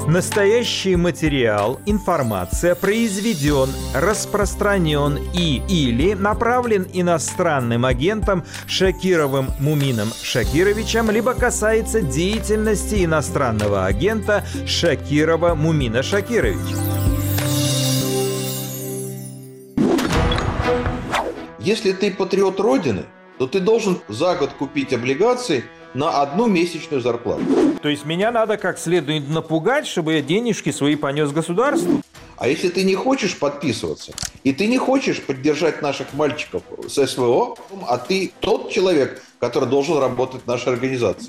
Настоящий материал, информация произведен, распространен или направлен иностранным агентом Шакировым Мумином Шакировичем, либо касается деятельности иностранного агента Шакирова Мумина Шакировича. Если ты патриот Родины, то ты должен за год купить облигации на одну месячную зарплату. То есть меня надо как следует напугать, чтобы я денежки свои понес государству? А если ты не хочешь подписываться, и ты не хочешь поддержать наших мальчиков с СВО, а ты тот человек, который должен работать в нашей организации.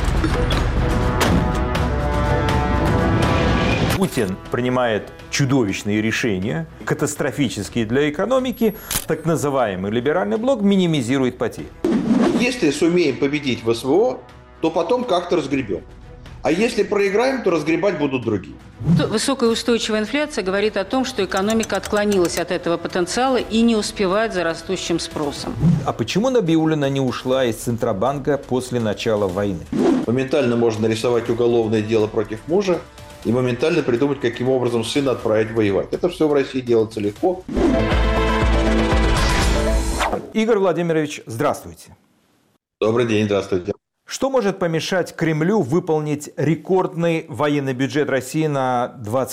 Путин принимает чудовищные решения, катастрофические для экономики. Так называемый либеральный блок минимизирует потери. Если сумеем победить в СВО, то потом как-то разгребем. А если проиграем, то разгребать будут другие. Высокая устойчивая инфляция говорит о том, что экономика отклонилась от этого потенциала и не успевает за растущим спросом. А почему Набиуллина не ушла из Центробанка после начала войны? Моментально можно нарисовать уголовное дело против мужа и моментально придумать, каким образом сына отправить воевать. Это все в России делается легко. Игорь Владимирович, здравствуйте. Добрый день, здравствуйте. Что может помешать Кремлю выполнить рекордный военный бюджет России на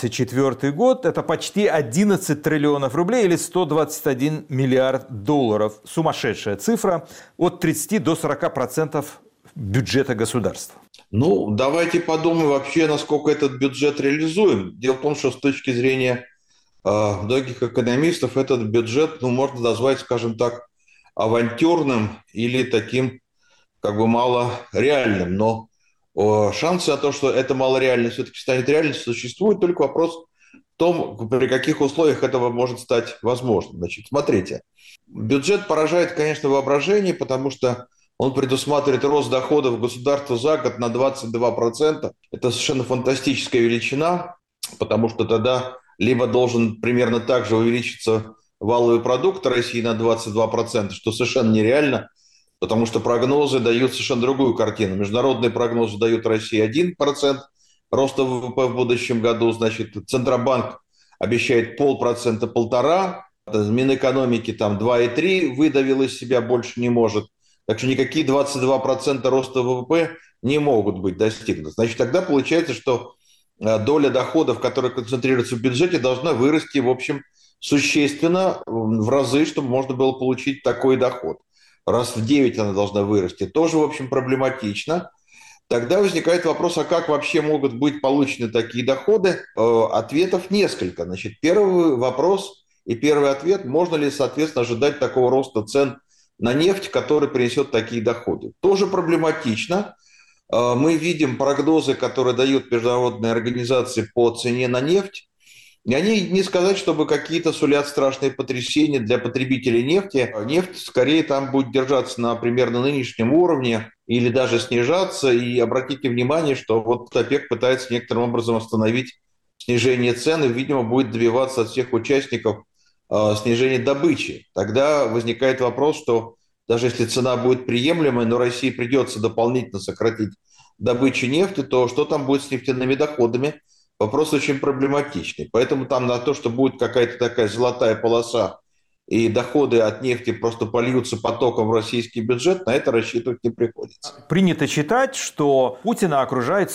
2024 год? Это почти 11 триллионов рублей или 121 миллиард долларов. Сумасшедшая цифра, от 30 до 40% бюджета государства. Ну, давайте подумаем вообще, насколько этот бюджет реализуем. Дело в том, что с точки зрения многих экономистов этот бюджет, можно назвать, скажем так, авантюрным или таким как бы малореальным. Но шансы на то, что это малореально все-таки станет реальностью, существует. Только вопрос в том, при каких условиях этого может стать возможным. Значит, смотрите, бюджет поражает, конечно, воображение, потому что он предусматривает рост доходов государства за год на 22%. Это совершенно фантастическая величина, потому что тогда либо должен примерно так же увеличиться валовый продукт России на 22%, что совершенно нереально, потому что прогнозы дают совершенно другую картину. Международные прогнозы дают России 1% роста ВВП в будущем году. Значит, Центробанк обещает 0,5%, 1,5%. Минэкономики там 2,3%, выдавил из себя, больше не может. Так что никакие 22% роста ВВП не могут быть достигнуты. Значит, тогда получается, что доля доходов, которая концентрируется в бюджете, должна вырасти, в общем, существенно, в разы, чтобы можно было получить такой доход. Раз в 9 она должна вырасти. Тоже, в общем, проблематично. Тогда возникает вопрос, а как вообще могут быть получены такие доходы? Ответов несколько. Значит, первый вопрос и первый ответ, можно ли, соответственно, ожидать такого роста цен на нефть, который принесет такие доходы. Тоже проблематично. Мы видим прогнозы, которые дают международные организации по цене на нефть. И они не сказать, чтобы какие-то сулят страшные потрясения для потребителей нефти. Нефть скорее там будет держаться на примерно нынешнем уровне или даже снижаться. И обратите внимание, что вот ОПЕК пытается некоторым образом остановить снижение цен и, видимо, будет добиваться от всех участников снижения добычи. Тогда возникает вопрос, что даже если цена будет приемлемой, но России придется дополнительно сократить добычу нефти, то что там будет с нефтяными доходами? Вопрос очень проблематичный. Поэтому там на то, что будет какая-то такая золотая полоса и доходы от нефти просто польются потоком в российский бюджет, на это рассчитывать не приходится. Принято считать, что Путина окружают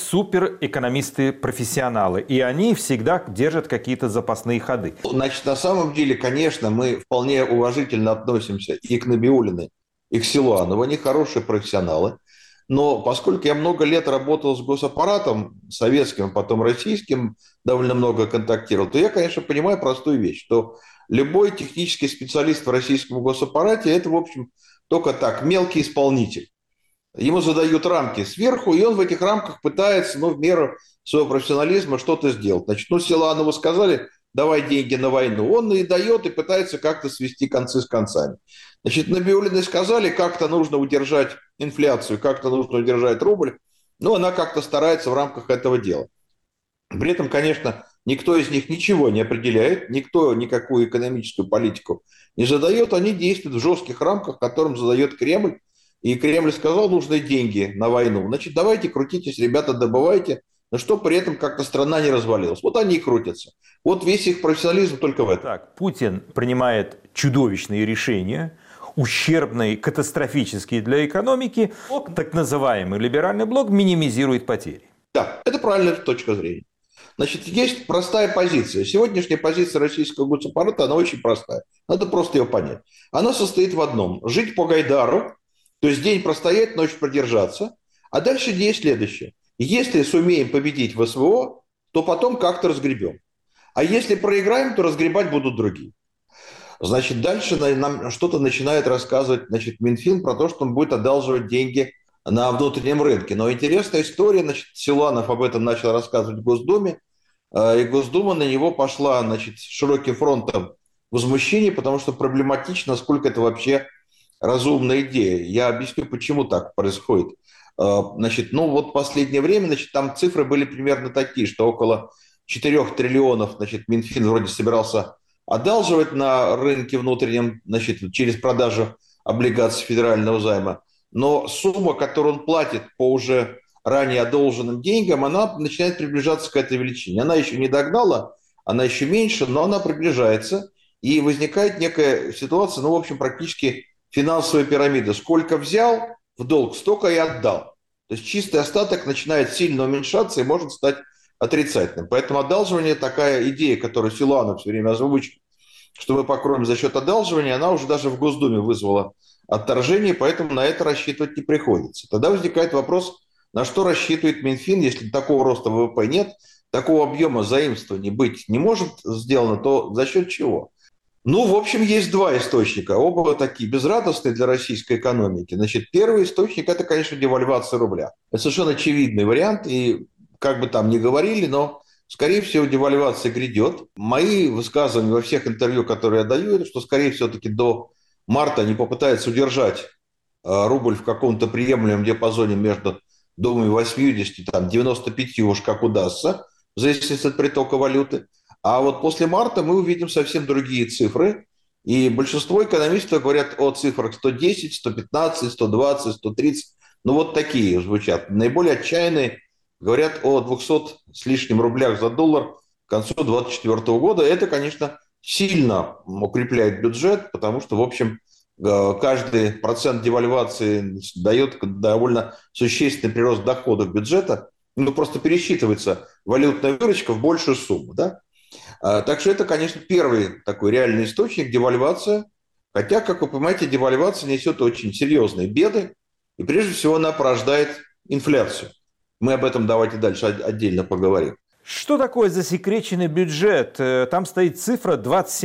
суперэкономисты-профессионалы, и они всегда держат какие-то запасные ходы. Значит, на самом деле, конечно, мы вполне уважительно относимся и к Набиуллиной, и к Силуанову. Они хорошие профессионалы. Но поскольку я много лет работал с госаппаратом, советским, потом российским, довольно много контактировал, то я, конечно, понимаю простую вещь, что любой технический специалист в российском госаппарате – это, в общем, только так, мелкий исполнитель. Ему задают рамки сверху, и он в этих рамках пытается, в меру своего профессионализма что-то сделать. Значит, Силуанову сказали, давай деньги на войну. Он и дает, и пытается как-то свести концы с концами. Значит, Набиуллиной сказали, как-то нужно удержать инфляцию, как-то нужно удержать рубль. Она как-то старается в рамках этого дела. При этом, конечно, никто из них ничего не определяет, никто никакую экономическую политику не задает. Они действуют в жестких рамках, которым задает Кремль. И Кремль сказал, нужны деньги на войну. Значит, давайте крутитесь, ребята, добывайте. но что при этом как-то страна не развалилась. Вот они и крутятся. Вот весь их профессионализм только в этом. Так, Путин принимает чудовищные решения, ущербные, катастрофические для экономики. Так называемый либеральный блок минимизирует потери. Да, это правильная точка зрения. Значит, есть простая позиция. Сегодняшняя позиция российского госаппарата, она очень простая. Надо просто ее понять. Она состоит в одном. Жить по Гайдару, то есть день простоять, ночь продержаться. А дальше идея следующая. Если сумеем победить в СВО, то потом как-то разгребем. А если проиграем, то разгребать будут другие. Значит, дальше нам что-то начинает рассказывать, значит, Минфин про то, что он будет одалживать деньги на внутреннем рынке. Но интересная история, значит, Силуанов об этом начал рассказывать в Госдуме, и Госдума на него пошла, значит, широким фронтом возмущения, потому что проблематично, насколько это вообще разумная идея. Я объясню, почему так происходит. Значит, ну вот в последнее время, значит, там цифры были примерно такие, что около 4 триллионов, значит, Минфин вроде собирался одалживать на рынке внутреннем, значит, через продажу облигаций федерального займа. Но сумма, которую он платит по уже ранее одолженным деньгам, она начинает приближаться к этой величине. Она еще не догнала, она еще меньше, но она приближается. И возникает некая ситуация, ну, в общем, практически финансовая пирамида. Сколько взял в долг, столько и отдал. То есть чистый остаток начинает сильно уменьшаться и может стать отрицательным. Поэтому одалживание, такая идея, которую Силуанов все время озвучил, что мы покроем за счет одалживания, она уже даже в Госдуме вызвала отторжение, поэтому на это рассчитывать не приходится. Тогда возникает вопрос, на что рассчитывает Минфин, если такого роста ВВП нет, такого объема заимствований быть не может сделано, то за счет чего? Ну, в общем, есть два источника. Оба такие безрадостные для российской экономики. Значит, первый источник – это, конечно, девальвация рубля. Это совершенно очевидный вариант, и как бы там ни говорили, но, скорее всего, девальвация грядет. Мои высказывания во всех интервью, которые я даю, это что, скорее все-таки до марта они попытаются удержать рубль в каком-то приемлемом диапазоне между, думаю, 80, там, 95 уж как удастся, в зависимости от притока валюты. А вот после марта мы увидим совсем другие цифры. И большинство экономистов говорят о цифрах 110, 115, 120, 130. Ну вот такие звучат. Наиболее отчаянные говорят о 200 с лишним рублях за доллар к концу 2024 года. Это, конечно, сильно укрепляет бюджет, потому что, в общем, каждый процент девальвации дает довольно существенный прирост доходов бюджета. Ну, просто пересчитывается валютная выручка в большую сумму, да? Так что это, конечно, первый такой реальный источник – девальвация. Хотя, как вы понимаете, девальвация несет очень серьезные беды. И прежде всего она порождает инфляцию. Мы об этом давайте дальше отдельно поговорим. Что такое засекреченный бюджет? Там стоит цифра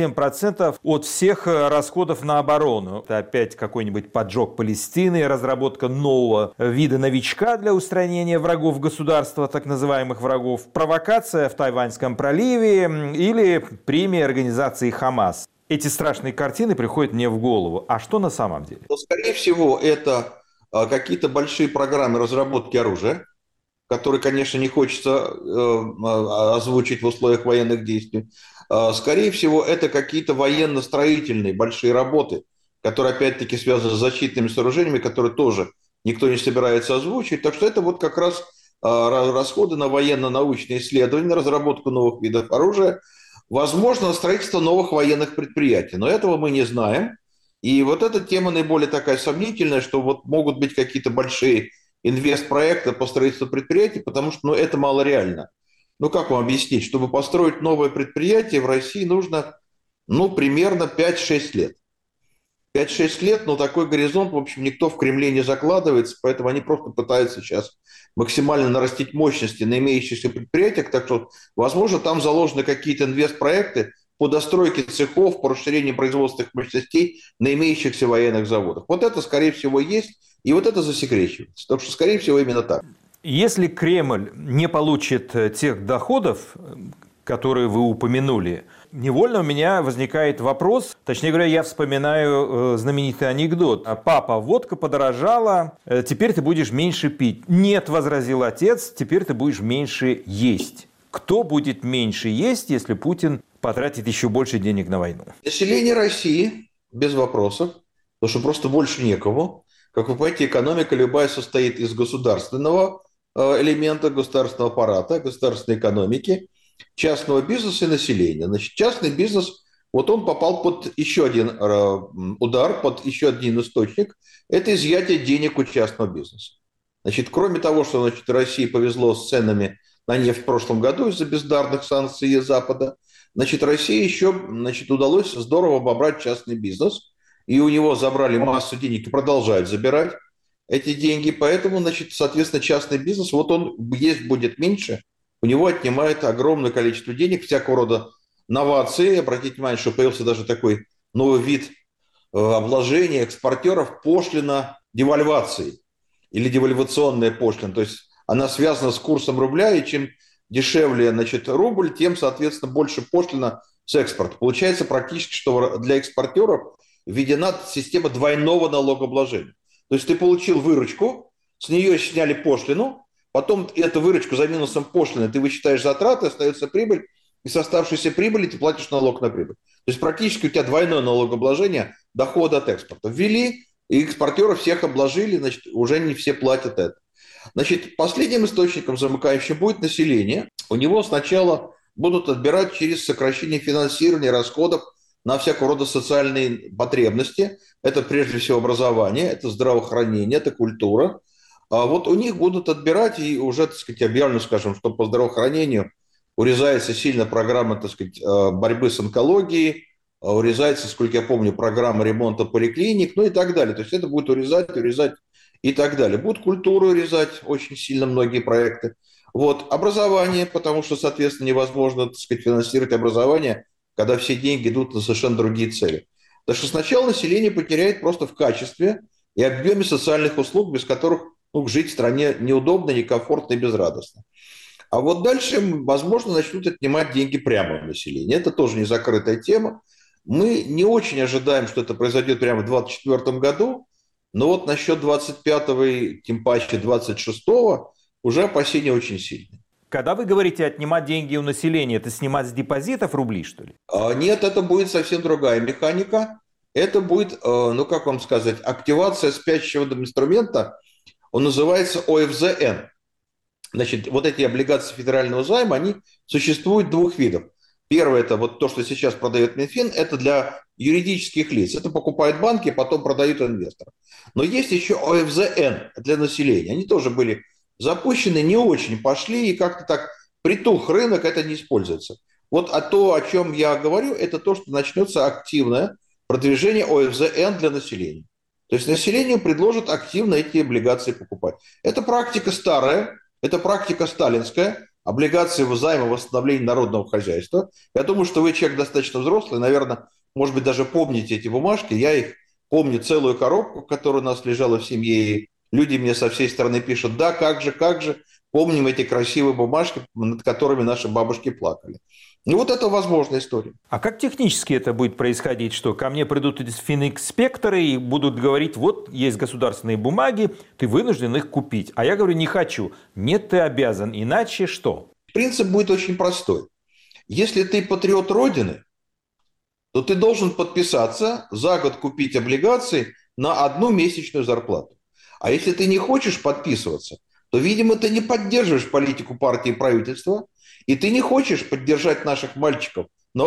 27% от всех расходов на оборону. Это опять какой-нибудь поджог Палестины, разработка нового вида новичка для устранения врагов государства, так называемых врагов, провокация в Тайваньском проливе или премия организации Хамас. Эти страшные картины приходят мне в голову. А что на самом деле? Но, скорее всего, это какие-то большие программы разработки оружия, который, конечно, не хочется озвучить в условиях военных действий. Скорее всего, это какие-то военно-строительные большие работы, которые, опять-таки, связаны с защитными сооружениями, которые тоже никто не собирается озвучить. Так что это вот как раз расходы на военно-научные исследования, на разработку новых видов оружия, возможно, на строительство новых военных предприятий. Но этого мы не знаем. И вот эта тема наиболее такая сомнительная, что вот могут быть какие-то большие инвестпроекты по строительству предприятий, потому что это мало реально. Ну, как вам объяснить? Чтобы построить новое предприятие в России нужно, примерно 5-6 лет. 5-6 лет, но такой горизонт, в общем, никто в Кремле не закладывается, поэтому они просто пытаются сейчас максимально нарастить мощности на имеющихся предприятиях, так что, возможно, там заложены какие-то инвестпроекты по достройке цехов, по расширению производственных мощностей на имеющихся военных заводах. Вот это, скорее всего, есть. И вот это засекречивается. Так что, скорее всего, именно так. Если Кремль не получит тех доходов, которые вы упомянули, невольно у меня возникает вопрос, точнее говоря, я вспоминаю знаменитый анекдот. «Папа, водка подорожала, теперь ты будешь меньше пить». «Нет», – возразил отец, – «теперь ты будешь меньше есть». Кто будет меньше есть, если Путин потратит еще больше денег на войну? Население России, без вопросов, потому что просто больше некого. Как вы понимаете, экономика любая состоит из государственного элемента государственного аппарата, государственной экономики, частного бизнеса и населения. Значит, частный бизнес, вот он попал под еще один удар, под еще один источник. Это изъятие денег у частного бизнеса. Значит, кроме того, что России повезло с ценами на нефть в прошлом году из-за бездарных санкций Запада, России еще удалось здорово обобрать частный бизнес, и у него забрали массу денег и продолжают забирать эти деньги. Поэтому, соответственно, частный бизнес, вот он есть будет меньше, у него отнимает огромное количество денег, всякого рода новации. Обратите внимание, что появился даже такой новый вид обложения экспортеров, пошлина девальвации или девальвационная пошлина. То есть она связана с курсом рубля, и чем дешевле, рубль, тем, соответственно, больше пошлина с экспорта. Получается практически, что для экспортеров введена система двойного налогообложения. То есть ты получил выручку, с нее сняли пошлину, потом эту выручку за минусом пошлины ты высчитаешь затраты, остается прибыль, и с оставшейся прибыли ты платишь налог на прибыль. То есть практически у тебя двойное налогообложение дохода от экспорта. Ввели, и экспортеров всех обложили, уже не все платят это. Последним источником замыкающим будет население. У него сначала будут отбирать через сокращение финансирования расходов на всякого рода социальные потребности. Это прежде всего образование, это здравоохранение, это культура. А вот у них будут отбирать, и уже, объявлено, скажем, что по здравоохранению урезается сильно программа, борьбы с онкологией, урезается, сколько я помню, программа ремонта поликлиник, и так далее. То есть это будет урезать и так далее. Будут культуру урезать очень сильно многие проекты. Вот. Образование, потому что, соответственно, невозможно, финансировать образование, когда все деньги идут на совершенно другие цели. Так что сначала население потеряет просто в качестве и объеме социальных услуг, без которых жить в стране неудобно, некомфортно и безрадостно. А вот дальше, возможно, начнут отнимать деньги прямо у населения. Это тоже не закрытая тема. Мы не очень ожидаем, что это произойдет прямо в 2024 году, но вот насчет 25-го и тем паче 26-го уже опасения очень сильные. Когда вы говорите отнимать деньги у населения, это снимать с депозитов рубли, что ли? Нет, это будет совсем другая механика. Это будет, как вам сказать, активация спящего инструмента. Он называется ОФЗН. Вот эти облигации федерального займа, они существуют двух видов. Первое, это вот то, что сейчас продает Минфин, это для юридических лиц. Это покупают банки, потом продают инвесторам. Но есть еще ОФЗН для населения. Они тоже были запущены, не очень пошли, и как-то так притух рынок, это не используется. То, о чем я говорю, это то, что начнется активное продвижение ОФЗН для населения. То есть населению предложат активно эти облигации покупать. Это практика старая, это практика сталинская, облигации займа восстановления народного хозяйства. Я думаю, что вы человек достаточно взрослый, наверное, может быть, даже помните эти бумажки. Я их помню, целую коробку, которая у нас лежала в семье, и люди мне со всей стороны пишут: да, как же, помним эти красивые бумажки, над которыми наши бабушки плакали. И вот это возможная история. А как технически это будет происходить? Что ко мне придут фининспекторы и будут говорить: вот есть государственные бумаги, ты вынужден их купить. А я говорю: не хочу. Нет, ты обязан. Иначе что? Принцип будет очень простой. Если ты патриот Родины, то ты должен подписаться за год купить облигации на 1 месячную зарплату. А если ты не хочешь подписываться, то, видимо, ты не поддерживаешь политику партии и правительства, и ты не хочешь поддержать наших мальчиков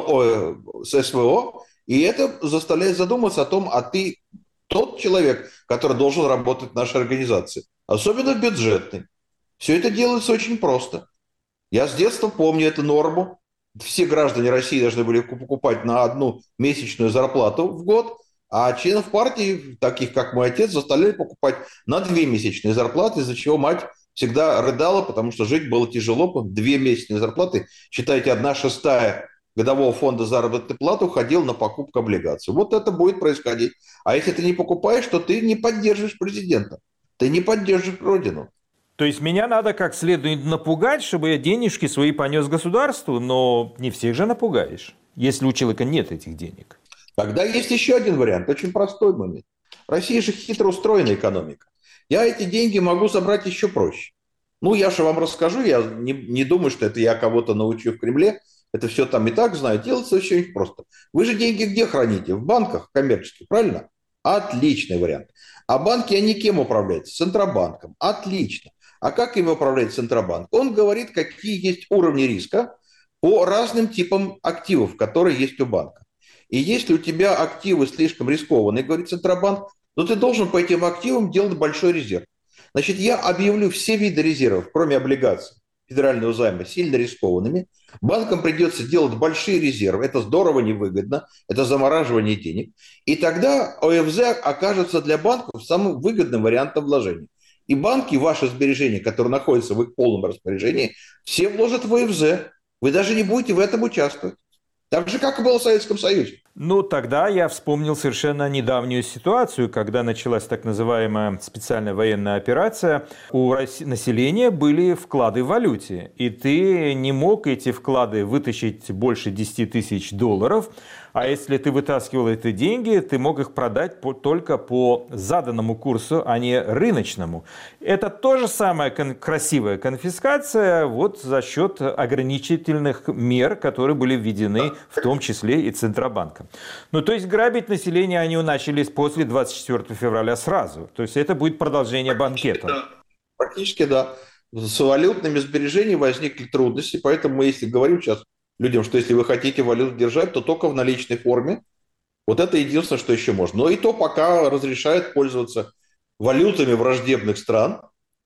с СВО, и это заставляет задуматься о том, а ты тот человек, который должен работать в нашей организации, особенно в бюджетной. Все это делается очень просто. Я с детства помню эту норму. Все граждане России должны были покупать на 1 месячную зарплату в год, а членов партии, таких как мой отец, заставляли покупать на 2 месячные зарплаты, из-за чего мать всегда рыдала, потому что жить было тяжело. 2 месячные зарплаты, считайте, 1/6 годового фонда заработной платы уходил на покупку облигаций. Вот это будет происходить. А если ты не покупаешь, то ты не поддерживаешь президента, ты не поддерживаешь Родину. То есть меня надо как следует напугать, чтобы я денежки свои понес государству, но не всех же напугаешь, если у человека нет этих денег. Тогда есть еще один вариант, очень простой момент. Россия же хитро устроена экономика. Я эти деньги могу забрать еще проще. Я же вам расскажу, я не думаю, что это я кого-то научу в Кремле. Это все там и так знаю. Делается очень просто. Вы же деньги где храните? В банках коммерческих, правильно? Отличный вариант. А банки, они кем управляются? Центробанком. Отлично. А как ими управляет Центробанк? Он говорит, какие есть уровни риска по разным типам активов, которые есть у банка. И если у тебя активы слишком рискованные, говорит Центробанк, то ты должен по этим активам делать большой резерв. Значит, я объявлю все виды резервов, кроме облигаций федерального займа, сильно рискованными. Банкам придется делать большие резервы. Это здорово невыгодно. Это замораживание денег. И тогда ОФЗ окажется для банков самым выгодным вариантом вложения. И банки, ваши сбережения, которые находятся в их полном распоряжении, все вложат в ОФЗ. Вы даже не будете в этом участвовать. Так же, как и было в Советском Союзе. Ну, тогда я вспомнил совершенно недавнюю ситуацию, когда началась так называемая специальная военная операция. У населения были вклады в валюте, и ты не мог эти вклады вытащить больше 10 тысяч долларов, а если ты вытаскивал эти деньги, ты мог их продать только по заданному курсу, а не рыночному. Это тоже самая красивая конфискация вот за счет ограничительных мер, которые были введены в том числе и Центробанком. Ну, то есть грабить население они начали после 24 февраля сразу. То есть это будет продолжение банкета. Да. Практически, да. С валютными сбережениями возникли трудности, поэтому мы, если говорим сейчас людям, что если вы хотите валюту держать, то только в наличной форме. Вот это единственное, что еще можно. Но и то пока разрешают пользоваться валютами враждебных стран.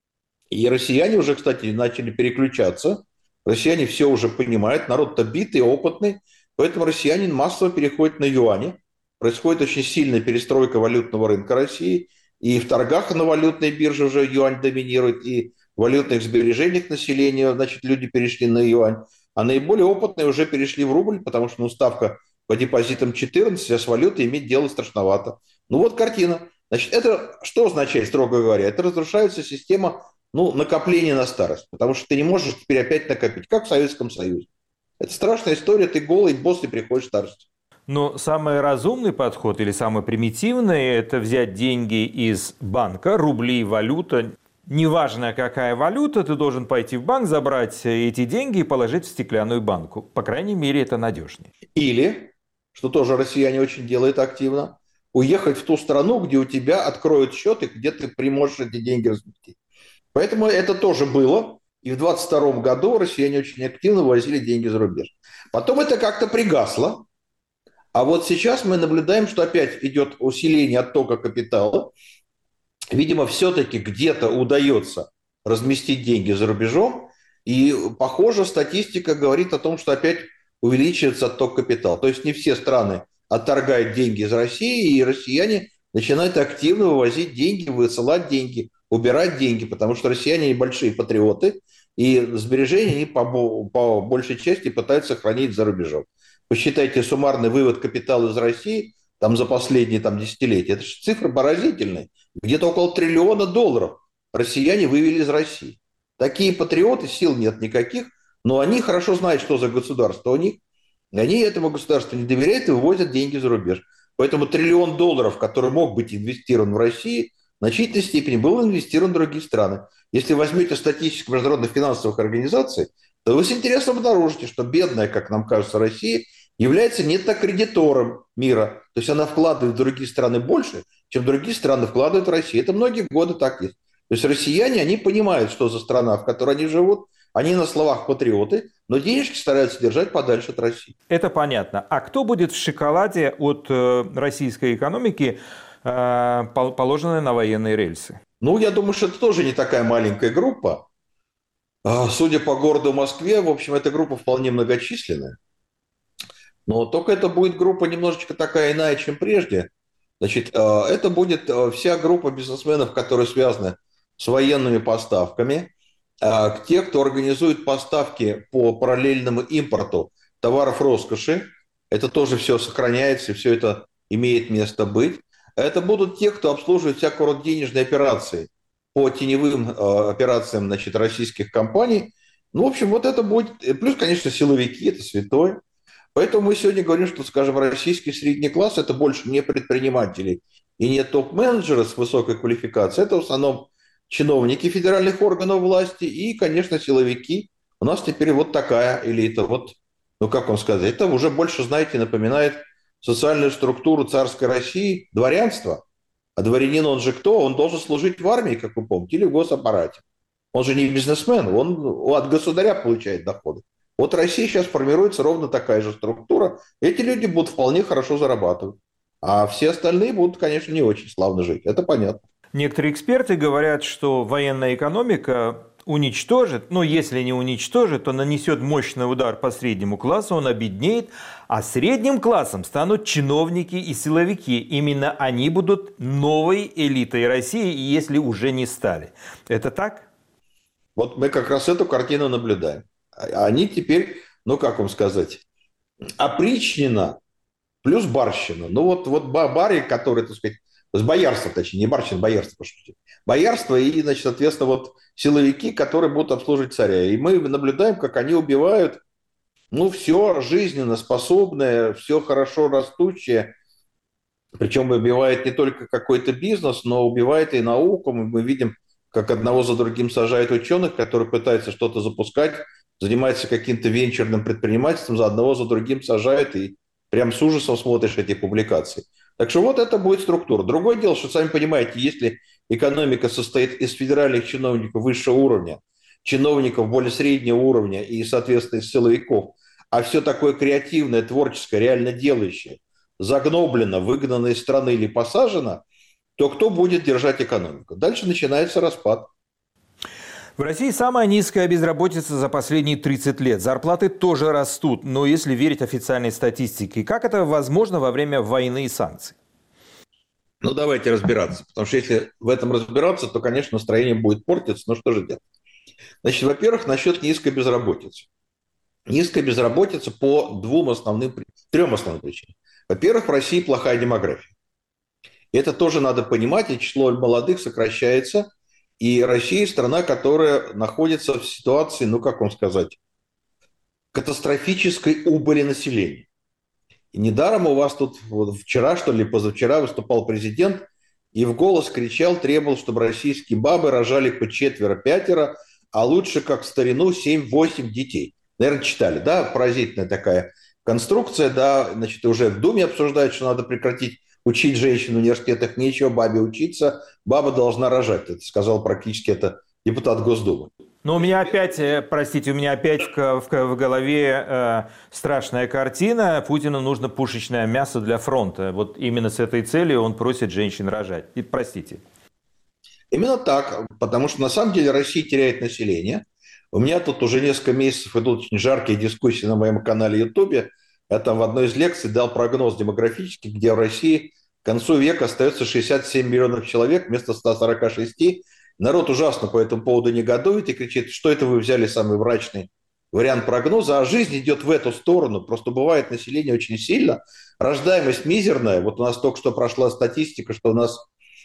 И россияне уже, кстати, начали переключаться. Россияне все уже понимают. Народ-то битый, опытный. Поэтому россияне массово переходят на юани. Происходит очень сильная перестройка валютного рынка России. И в торгах на валютной бирже уже юань доминирует. И в валютных сбережениях населения, значит, люди перешли на юань. А наиболее опытные уже перешли в рубль, потому что ставка по депозитам 14, а с валютой иметь дело страшновато. Ну вот картина. Значит, это что означает, строго говоря? Это разрушается система накопления на старость. Потому что ты не можешь теперь опять накопить, как в Советском Союзе. Это страшная история, ты голый босс и приходишь в старость. Но самый разумный подход или самый примитивный – это взять деньги из банка, рубли, валюта. Неважно, какая валюта, ты должен пойти в банк, забрать эти деньги и положить в стеклянную банку. По крайней мере, это надежнее. Или, что тоже россияне очень делают активно, уехать в ту страну, где у тебя откроют счет и где ты можешь эти деньги разместить. Поэтому это тоже было. И в 2022 году россияне очень активно вывозили деньги за рубеж. Потом это как-то пригасло. А вот сейчас мы наблюдаем, что опять идет усиление оттока капитала. Видимо, все-таки где-то удается разместить деньги за рубежом. И, похоже, статистика говорит о том, что опять увеличивается отток капитала. То есть не все страны отторгают деньги из России, и россияне начинают активно вывозить деньги, высылать деньги, убирать деньги, потому что россияне небольшие патриоты, и сбережения они по большей части пытаются хранить за рубежом. Посчитайте суммарный вывод капитала из России там, за последние десятилетия. Это же цифры поразительные. Где-то около $1 триллиона россияне вывели из России. Такие патриоты, сил нет никаких, но они хорошо знают, что за государство у них. И они этому государству не доверяют и вывозят деньги за рубеж. Поэтому $1 триллион, который мог быть инвестирован в России, в значительной степени был инвестирован в другие страны. Если возьмете статистику международных финансовых организаций, то вы с интересом обнаружите, что бедная, как нам кажется, Россия является нетто-кредитором мира. То есть она вкладывает в другие страны больше, чем другие страны вкладывают в Россию. Это многие годы так есть. То есть россияне, они понимают, что за страна, в которой они живут. Они на словах патриоты, но денежки стараются держать подальше от России. Это понятно. А кто будет в шоколаде от российской экономики, положенной на военные рельсы? Ну, я думаю, что это тоже не такая маленькая группа. Судя по городу Москве, в общем, эта группа вполне многочисленная. Но только это будет группа немножечко такая иная, чем прежде. Значит, это будет вся группа бизнесменов, которые связаны с военными поставками, те, кто организует поставки по параллельному импорту товаров роскоши. Это тоже все сохраняется, все это имеет место быть. Это будут те, кто обслуживает всякого рода денежные операции по теневым операциям, значит, российских компаний. Ну, в общем, вот это будет... Плюс, конечно, силовики, это святое. Поэтому мы сегодня говорим, что, скажем, российский средний класс – это больше не предприниматели и не топ-менеджеры с высокой квалификацией. Это в основном чиновники федеральных органов власти и, конечно, силовики. У нас теперь вот такая элита. Вот, ну, как вам сказать, это уже больше, знаете, напоминает социальную структуру царской России, дворянство. А дворянин, он же кто? Он должен служить в армии, как вы помните, или в госаппарате. Он же не бизнесмен, он от государя получает доходы. Вот в России сейчас формируется ровно такая же структура. Эти люди будут вполне хорошо зарабатывать. А все остальные будут, конечно, не очень славно жить. Это понятно. Некоторые эксперты говорят, что военная экономика уничтожит, ну если не уничтожит, то нанесет мощный удар по среднему классу, он обеднеет, а средним классом станут чиновники и силовики. Именно они будут новой элитой России, если уже не стали. Это так? Вот мы как раз эту картину наблюдаем. Они теперь, ну как вам сказать, опричнина плюс барщина. Ну вот бари, которые, так сказать, с боярства, точнее, не барщина, боярство, прошу прощения. Боярство и, значит, соответственно, вот силовики, которые будут обслуживать царя. И мы наблюдаем, как они убивают, ну, все жизненно способное, все хорошо растущее. Причем убивает не только какой-то бизнес, но убивает и науку. Мы видим, как одного за другим сажают ученых, которые пытаются что-то запускать, занимаются каким-то венчурным предпринимательством, за одного за другим сажают, и прям с ужасом смотришь эти публикации. Так что вот это будет структура. Другое дело, что, сами понимаете, если экономика состоит из федеральных чиновников высшего уровня, чиновников более среднего уровня и, соответственно, из силовиков, а все такое креативное, творческое, реально делающее, загноблено, выгнано из страны или посажено, то кто будет держать экономику? Дальше начинается распад. В России самая низкая безработица за последние 30 лет. Зарплаты тоже растут, но если верить официальной статистике, как это возможно во время войны и санкций? Ну, давайте разбираться. Потому что если в этом разбираться, то, конечно, настроение будет портиться. Но что же делать? Значит, во-первых, насчет низкой безработицы. Низкая безработица по трем основным причинам. Во-первых, в России плохая демография. И это тоже надо понимать, и число молодых сокращается. И Россия страна, которая находится в ситуации, ну, как вам сказать, катастрофической убыли населения. И недаром у вас тут вот вчера, что ли, позавчера выступал президент и в голос кричал, требовал, чтобы российские бабы рожали по 4-5, а лучше, как в старину, 7-8 детей. Наверное, читали, да? Поразительная такая конструкция, да, значит, уже в Думе обсуждают, что надо прекратить учить женщин в университетах, нечего бабе учиться, баба должна рожать. Это сказал практически это депутат Госдумы. Но у меня опять, простите, у меня опять в голове страшная картина. Путину нужно пушечное мясо для фронта. Вот именно с этой целью он просит женщин рожать. И простите. Именно так, потому что на самом деле Россия теряет население. У меня тут уже несколько месяцев идут очень жаркие дискуссии на моем канале YouTube. Я там в одной из лекций дал прогноз демографический, где в России к концу века остается 67 миллионов человек вместо 146. Народ ужасно по этому поводу негодует и кричит, что это вы взяли самый мрачный вариант прогноза, а жизнь идет в эту сторону. Просто бывает население очень сильно, рождаемость мизерная. Вот у нас только что прошла статистика, что у нас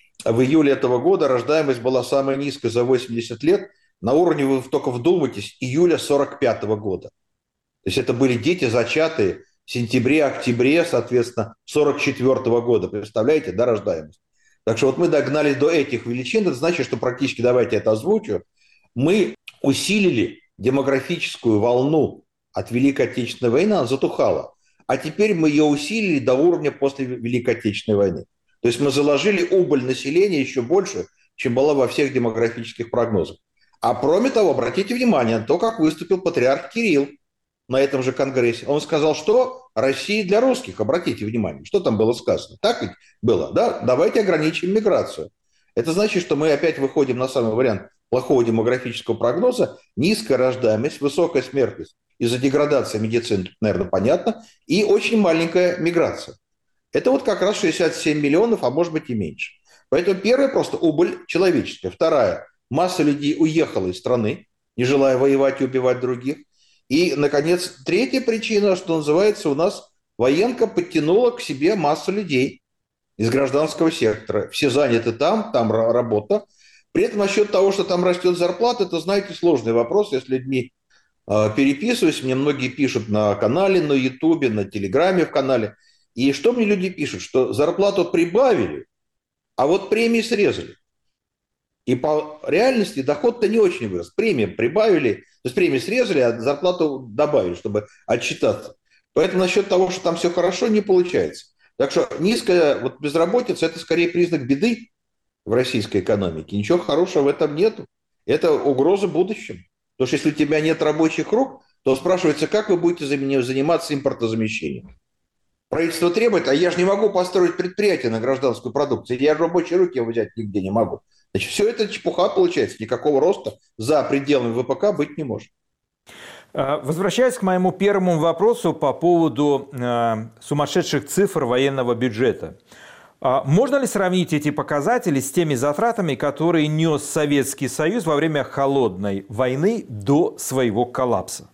в июле этого года рождаемость была самая низкая за 80 лет, на уровне, вы только вдумайтесь, июля 1945 года. То есть это были дети, зачатые в сентябре, октябре, соответственно, 1944 года. Представляете, да, рождаемость? Так что вот мы догнали до этих величин. Это значит, что практически, давайте это озвучу, мы усилили демографическую волну от Великой Отечественной войны, она затухала. А теперь мы ее усилили до уровня после Великой Отечественной войны. То есть мы заложили убыль населения еще больше, чем была во всех демографических прогнозах. А кроме того, обратите внимание на то, как выступил патриарх Кирилл на этом же конгрессе. Он сказал, что Россия для русских. Обратите внимание, что там было сказано. Так ведь было, да? Давайте ограничим миграцию. Это значит, что мы опять выходим на самый вариант плохого демографического прогноза. Низкая рождаемость, высокая смертность из-за деградации медицины, наверное, понятно, и очень маленькая миграция. Это вот как раз 67 миллионов, а может быть и меньше. Поэтому первая просто убыль человеческая. Вторая, масса людей уехала из страны, не желая воевать и убивать других. И, наконец, третья причина, что называется, у нас военка подтянула к себе массу людей из гражданского сектора. Все заняты там работа. При этом насчет того, что там растет зарплата, это, знаете, сложный вопрос. Я с людьми переписываюсь, мне многие пишут на канале, на Ютубе, на Телеграме в канале. И что мне люди пишут? Что зарплату прибавили, а вот премии срезали. И по реальности доход-то не очень вырос. Премии прибавили, то есть премии срезали, а зарплату добавили, чтобы отчитаться. Поэтому насчет того, что там все хорошо, не получается. Так что низкая вот безработица – это скорее признак беды в российской экономике. Ничего хорошего в этом нету. Это угроза будущему. Потому что если у тебя нет рабочих рук, то спрашивается, как вы будете заниматься импортозамещением. Правительство требует, а я же не могу построить предприятие на гражданскую продукцию, я же рабочие руки взять нигде не могу. Значит, все это чепуха получается, никакого роста за пределами ВПК быть не может. Возвращаясь к моему первому вопросу по поводу сумасшедших цифр военного бюджета. Можно ли сравнить эти показатели с теми затратами, которые нес Советский Союз во время холодной войны до своего коллапса?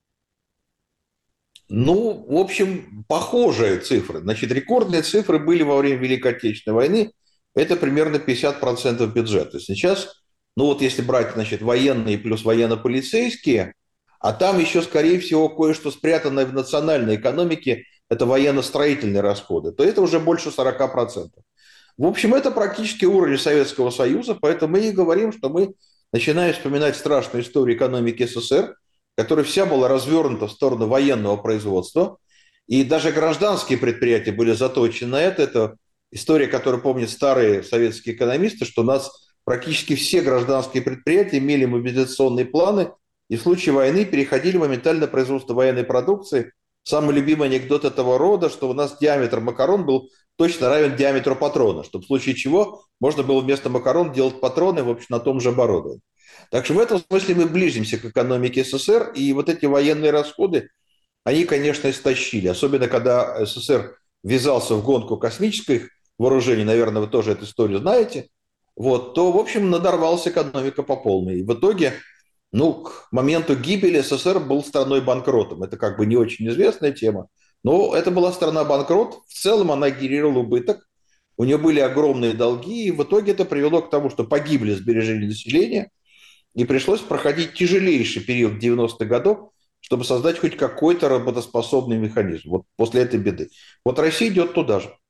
Ну, в общем, похожие цифры. Значит, рекордные цифры были во время Великой Отечественной войны. Это примерно 50% бюджета. Сейчас, ну вот если брать, значит, военные плюс военно-полицейские, а там еще, скорее всего, кое-что спрятанное в национальной экономике, это военно-строительные расходы, то это уже больше 40%. В общем, это практически уровень Советского Союза, поэтому мы и говорим, что мы начинаем вспоминать страшную историю экономики СССР, которая вся была развернута в сторону военного производства, и даже гражданские предприятия были заточены на это. Это история, которую помнят старые советские экономисты, что у нас практически все гражданские предприятия имели мобилизационные планы, и в случае войны переходили моментально на производство военной продукции. Самый любимый анекдот этого рода, что у нас диаметр макарон был точно равен диаметру патрона, чтобы в случае чего можно было вместо макарон делать патроны, в общем, на том же оборудовании. Так что в этом смысле мы ближимся к экономике СССР, и вот эти военные расходы, они, конечно, истощили. Особенно, когда СССР ввязался в гонку космических вооружений, наверное, вы тоже эту историю знаете, вот, то, в общем, надорвалась экономика по полной. И в итоге, ну, к моменту гибели СССР был страной-банкротом. Это как бы не очень известная тема, но это была страна-банкрот. В целом она генерировала убыток, у нее были огромные долги, и в итоге это привело к тому, что погибли сбережения населения, и пришлось проходить тяжелейший период 90-х годов, чтобы создать хоть какой-то работоспособный механизм. Вот после этой беды. Вот Россия идет туда же.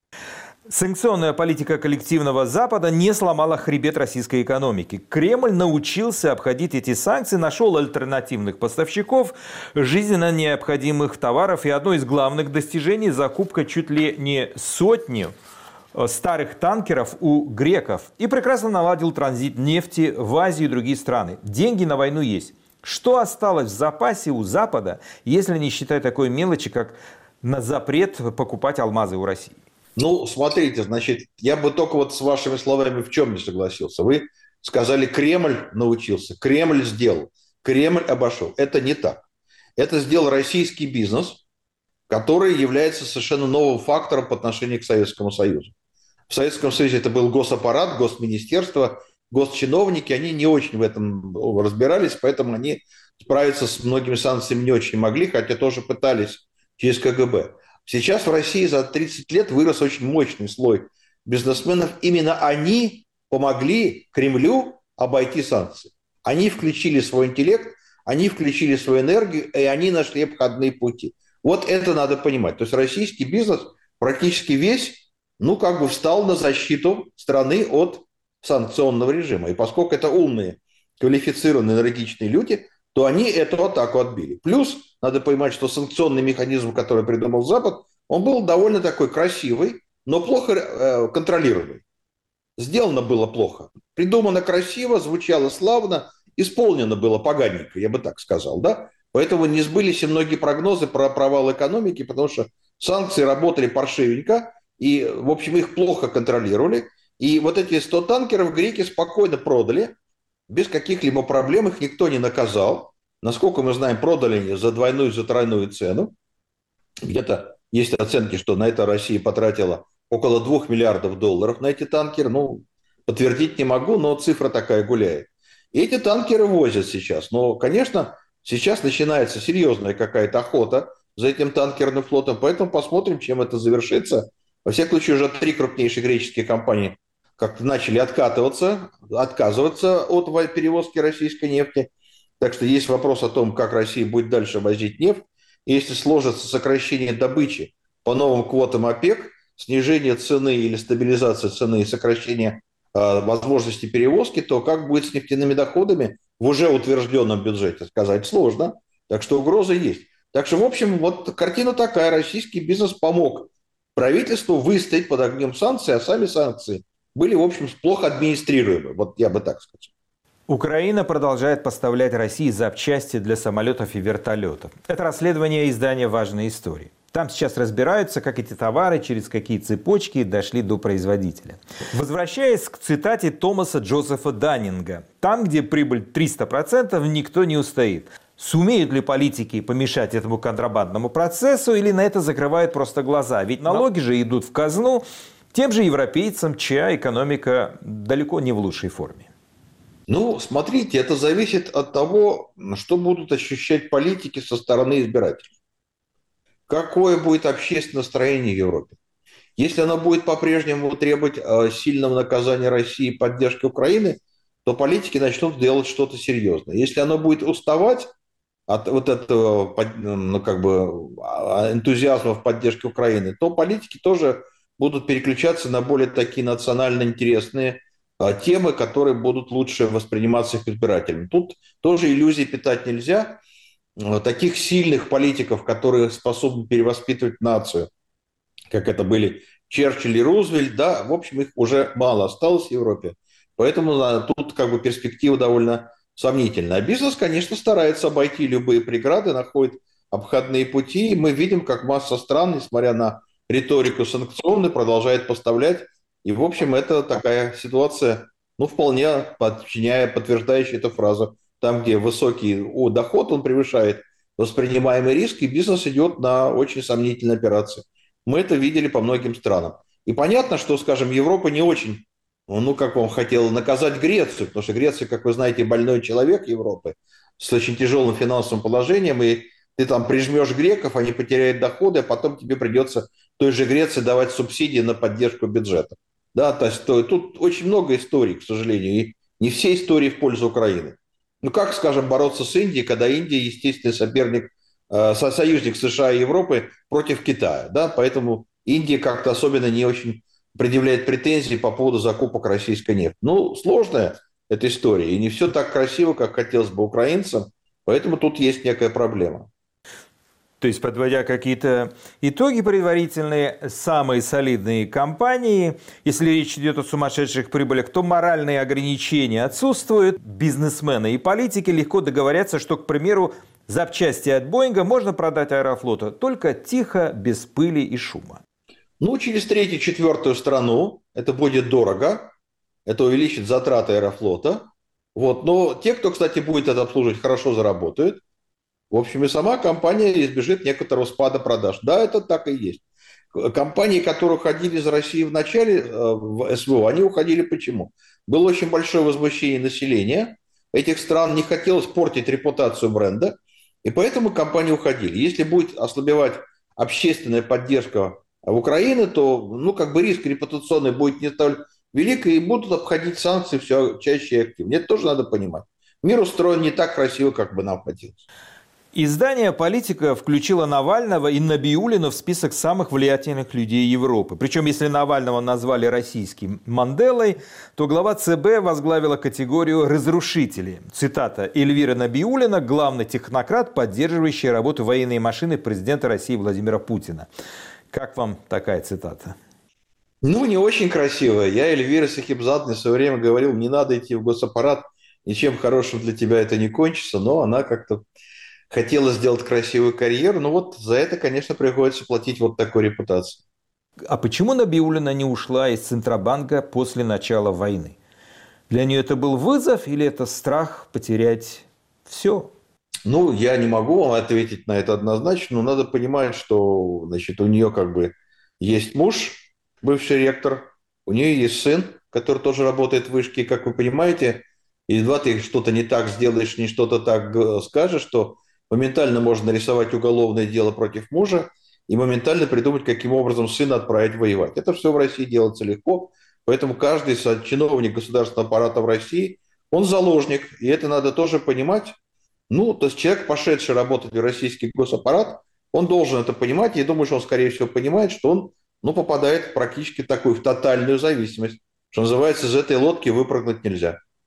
Санкционная политика коллективного Запада не сломала хребет российской экономики. Кремль научился обходить эти санкции, нашел альтернативных поставщиков жизненно необходимых товаров. И одно из главных достижений – закупка чуть ли не сотни старых танкеров у греков. И прекрасно наладил транзит нефти в Азию и другие страны. Деньги на войну есть. Что осталось в запасе у Запада, если не считать такой мелочи, как на запрет покупать алмазы у России? Ну, смотрите, значит, я бы только вот с вашими словами в чем не согласился. Вы сказали, Кремль научился, Кремль сделал, Кремль обошел. Это не так. Это сделал российский бизнес, который является совершенно новым фактором по отношению к Советскому Союзу. В Советском Союзе это был госаппарат, госминистерство, госчиновники, они не очень в этом разбирались, поэтому они справиться с многими санкциями не очень могли, хотя тоже пытались через КГБ. Сейчас в России за 30 лет вырос очень мощный слой бизнесменов. Именно они помогли Кремлю обойти санкции. Они включили свой интеллект, они включили свою энергию, и они нашли обходные пути. Вот это надо понимать. То есть российский бизнес практически весь, ну, как бы встал на защиту страны от санкционного режима. И поскольку это умные, квалифицированные, энергичные люди, то они эту атаку отбили. Плюс надо понимать, что санкционный механизм, который придумал Запад, он был довольно такой красивый, но плохо контролируемый. Сделано было плохо. Придумано красиво, звучало славно, исполнено было поганенько, я бы так сказал, да? Поэтому не сбылись и многие прогнозы про провал экономики, потому что санкции работали паршивенько, и, в общем, их плохо контролировали. И вот эти 100 танкеров греки спокойно продали, без каких-либо проблем, их никто не наказал. Насколько мы знаем, продали они за двойную, за тройную цену. Где-то есть оценки, что на это Россия потратила около $2 миллиардов на эти танкеры. Ну, подтвердить не могу, но цифра такая гуляет. И эти танкеры возят сейчас. Но, конечно, сейчас начинается серьезная какая-то охота за этим танкерным флотом, поэтому посмотрим, чем это завершится. Во всяком случае, уже 3 крупнейшие греческие компании как-то начали отказываться от перевозки российской нефти. Так что есть вопрос о том, как Россия будет дальше возить нефть. И если сложится сокращение добычи по новым квотам ОПЕК, снижение цены или стабилизация цены и сокращение возможности перевозки, то как будет с нефтяными доходами в уже утвержденном бюджете, сказать сложно. Так что угроза есть. Так что, в общем, вот картина такая. Российский бизнес помог правительству выстоять под огнем санкций, а сами санкции были, в общем, плохо администрируемы. Вот я бы так сказал. Украина продолжает поставлять России запчасти для самолетов и вертолетов. Это расследование издания «Важные истории». Там сейчас разбираются, как эти товары, через какие цепочки дошли до производителя. Возвращаясь к цитате Томаса Джозефа Даннинга. Там, где прибыль 300%, никто не устоит. Сумеют ли политики помешать этому контрабандному процессу или на это закрывают просто глаза? Ведь налоги же идут в казну тем же европейцам, чья экономика далеко не в лучшей форме. Ну, смотрите, это зависит от того, что будут ощущать политики со стороны избирателей. Какое будет общественное настроение в Европе? Если оно будет по-прежнему требовать сильного наказания России и поддержки Украины, то политики начнут делать что-то серьезное. Если оно будет уставать от вот этого энтузиазма в поддержке Украины, то политики тоже будут переключаться на более такие национально интересные темы, которые будут лучше восприниматься их избирателями. Тут тоже иллюзий питать нельзя. Таких сильных политиков, которые способны перевоспитывать нацию, как это были Черчилль и Рузвельт, да, в общем, их уже мало осталось в Европе. Поэтому тут перспектива довольно сомнительная. А бизнес, конечно, старается обойти любые преграды, находит обходные пути. И мы видим, как масса стран, несмотря на риторику санкционную, продолжает поставлять. И, в общем, это такая ситуация, вполне подтверждающая эту фразу. Там, где высокий доход, он превышает воспринимаемый риск, и бизнес идет на очень сомнительные операции. Мы это видели по многим странам. И понятно, что, скажем, Европа не очень, хотела наказать Грецию, потому что Греция, как вы знаете, больной человек Европы с очень тяжелым финансовым положением, и ты там прижмешь греков, они потеряют доходы, а потом тебе придется той же Греции давать субсидии на поддержку бюджета. Да, то есть тут очень много историй, к сожалению, и не все истории в пользу Украины. Как, скажем, бороться с Индией, когда Индия естественный союзник США и Европы против Китая, да, поэтому Индия как-то особенно не очень предъявляет претензии по поводу закупок российской нефти. Сложная эта история, и не все так красиво, как хотелось бы украинцам, поэтому тут есть некая проблема. То есть, подводя какие-то итоги предварительные, самые солидные компании, если речь идет о сумасшедших прибылях, то моральные ограничения отсутствуют. Бизнесмены и политики легко договорятся, что, к примеру, запчасти от Боинга можно продать Аэрофлоту, только тихо, без пыли и шума. Через третью-четвертую страну это будет дорого, это увеличит затраты Аэрофлота. Но те, кто, кстати, будет это обслуживать, хорошо заработают. В общем, и сама компания избежит некоторого спада продаж. Да, это так и есть. Компании, которые уходили из России в начале в СВО, они уходили почему? Было очень большое возмущение населения. Этих стран не хотелось портить репутацию бренда, и поэтому компании уходили. Если будет ослабевать общественная поддержка в Украине, то риск репутационный будет не столь велик, и будут обходить санкции все чаще и активнее. Это тоже надо понимать. Мир устроен не так красиво, как бы нам хотелось. Издание «Политика» включило Навального и Набиуллину в список самых влиятельных людей Европы. Причем, если Навального назвали российским Манделой, то глава ЦБ возглавила категорию «разрушители». Цитата: «Эльвира Набиуллина – главный технократ, поддерживающий работу военной машины президента России Владимира Путина». Как вам такая цитата? Не очень красивая. Я Эльвире Сахибзадне в свое время говорил, не надо идти в госаппарат, ничем хорошим для тебя это не кончится, но она как-то хотела сделать красивую карьеру, за это, конечно, приходится платить вот такой репутации. А почему Набиуллина не ушла из Центробанка после начала войны? Для нее это был вызов или это страх потерять все? Я не могу вам ответить на это однозначно, но надо понимать, что, у нее есть муж, бывший ректор, у нее есть сын, который тоже работает в вышке, и, как вы понимаете, едва ты что-то не так сделаешь, не что-то так скажешь, что моментально можно нарисовать уголовное дело против мужа и моментально придумать, каким образом сына отправить воевать. Это все в России делается легко, поэтому каждый чиновник государственного аппарата в России, он заложник, и это надо тоже понимать. То есть человек, пошедший работать в российский госаппарат, он должен это понимать, и я думаю, что он, скорее всего, понимает, что он попадает практически в тотальную зависимость. Что называется, из этой лодки выпрыгнуть нельзя.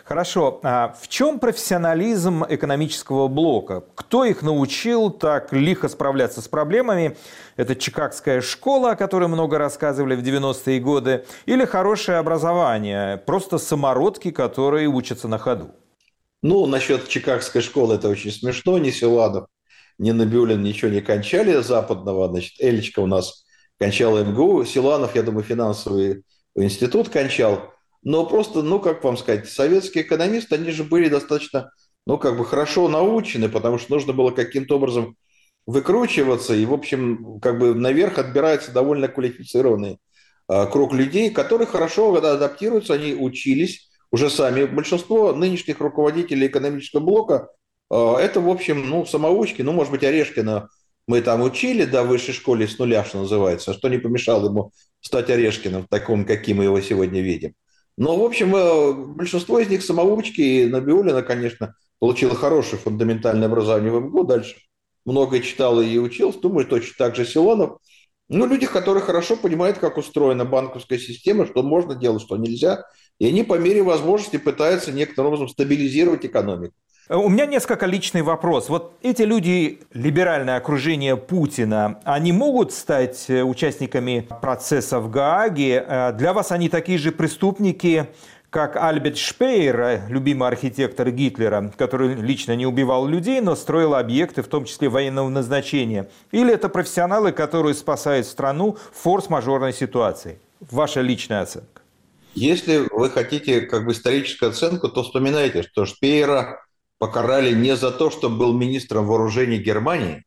Хорошо. А в чем профессионализм экономического блока? Кто их научил так лихо справляться с проблемами? Это Чикагская школа, о которой много рассказывали в 90-е годы, или хорошее образование? Просто самородки, которые учатся на ходу? Ну, насчет Чикагской школы это очень смешно. Ни Силанов, ни Набиуллин ничего не кончали западного. Значит, Элечка у нас кончала МГУ. Силанов, я думаю, финансовый институт кончал. Но просто, ну, как вам сказать, советские экономисты, они же были достаточно, ну, как бы хорошо научены, потому что нужно было каким-то образом выкручиваться. И, в общем, как бы наверх отбирается довольно квалифицированный круг людей, которые хорошо адаптируются, они учились уже сами. Большинство нынешних руководителей экономического блока это, в общем, ну, самоучки, ну, может быть, Орешкина мы там учили, да, в высшей школе с нуля, что называется, что не помешало ему стать Орешкиным, таким, каким мы его сегодня видим. Но, в общем, большинство из них самоучки, и Набиуллина, конечно, получила хорошее фундаментальное образование в МГУ, дальше много читал и учился, думаю, точно так же Силонов. Ну, люди, которые хорошо понимают, как устроена банковская система, что можно делать, что нельзя, и они по мере возможности пытаются некоторым образом стабилизировать экономику. У меня несколько личный вопрос. Вот эти люди, либеральное окружение Путина, они могут стать участниками процесса в Гааге? Для вас они такие же преступники, как Альберт Шпеер, любимый архитектор Гитлера, который лично не убивал людей, но строил объекты, в том числе военного назначения? Или это профессионалы, которые спасают страну в форс-мажорной ситуации? Ваша личная оценка. Если вы хотите как бы историческую оценку, то вспоминайте, что Шпеера покарали не за то, что был министром вооружений Германии,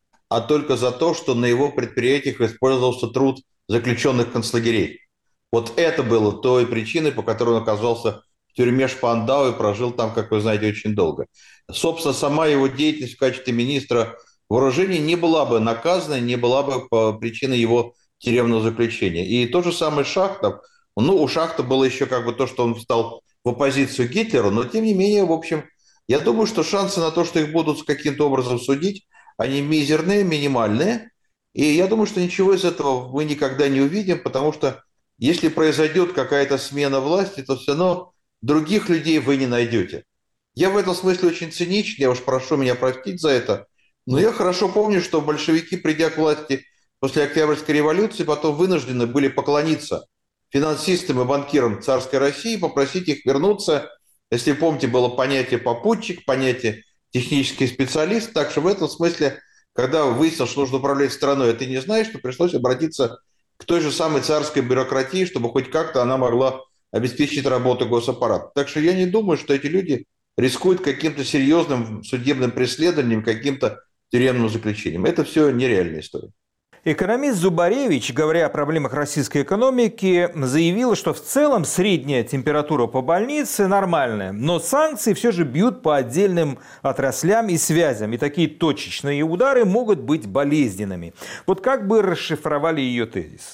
а только за то, что на его предприятиях использовался труд заключенных концлагерей. Вот это было той причиной, по которой он оказался в тюрьме Шпандау и прожил там, как вы знаете, очень долго. Собственно, сама его деятельность в качестве министра вооружений не была бы наказана, не была бы по причине его тюремного заключения. И то же самое Шахтов. Ну, у Шахта было еще как бы то, что он встал в оппозицию Гитлеру, но тем не менее, в общем, я думаю, что шансы на то, что их будут каким-то образом судить, они мизерные, минимальные. И я думаю, что ничего из этого мы никогда не увидим, потому что если произойдет какая-то смена власти, то все равно других людей вы не найдете. Я в этом смысле очень циничен, я уж прошу меня простить за это, но я хорошо помню, что большевики, придя к власти после Октябрьской революции, потом вынуждены были поклониться финансистам и банкирам царской России, попросить их вернуться. Если помните, было понятие попутчик, понятие технический специалист. Так что в этом смысле, когда выяснилось, что нужно управлять страной, а ты не знаешь, то пришлось обратиться к той же самой царской бюрократии, чтобы хоть как-то она могла обеспечить работу госаппарата. Так что я не думаю, что эти люди рискуют каким-то серьезным судебным преследованием, каким-то тюремным заключением. Это все нереальная история. Экономист Зубаревич, говоря о проблемах российской экономики, заявил, что в целом средняя температура по больнице нормальная, но санкции все же бьют по отдельным отраслям и связям, и такие точечные удары могут быть болезненными. Вот как бы расшифровали ее тезис?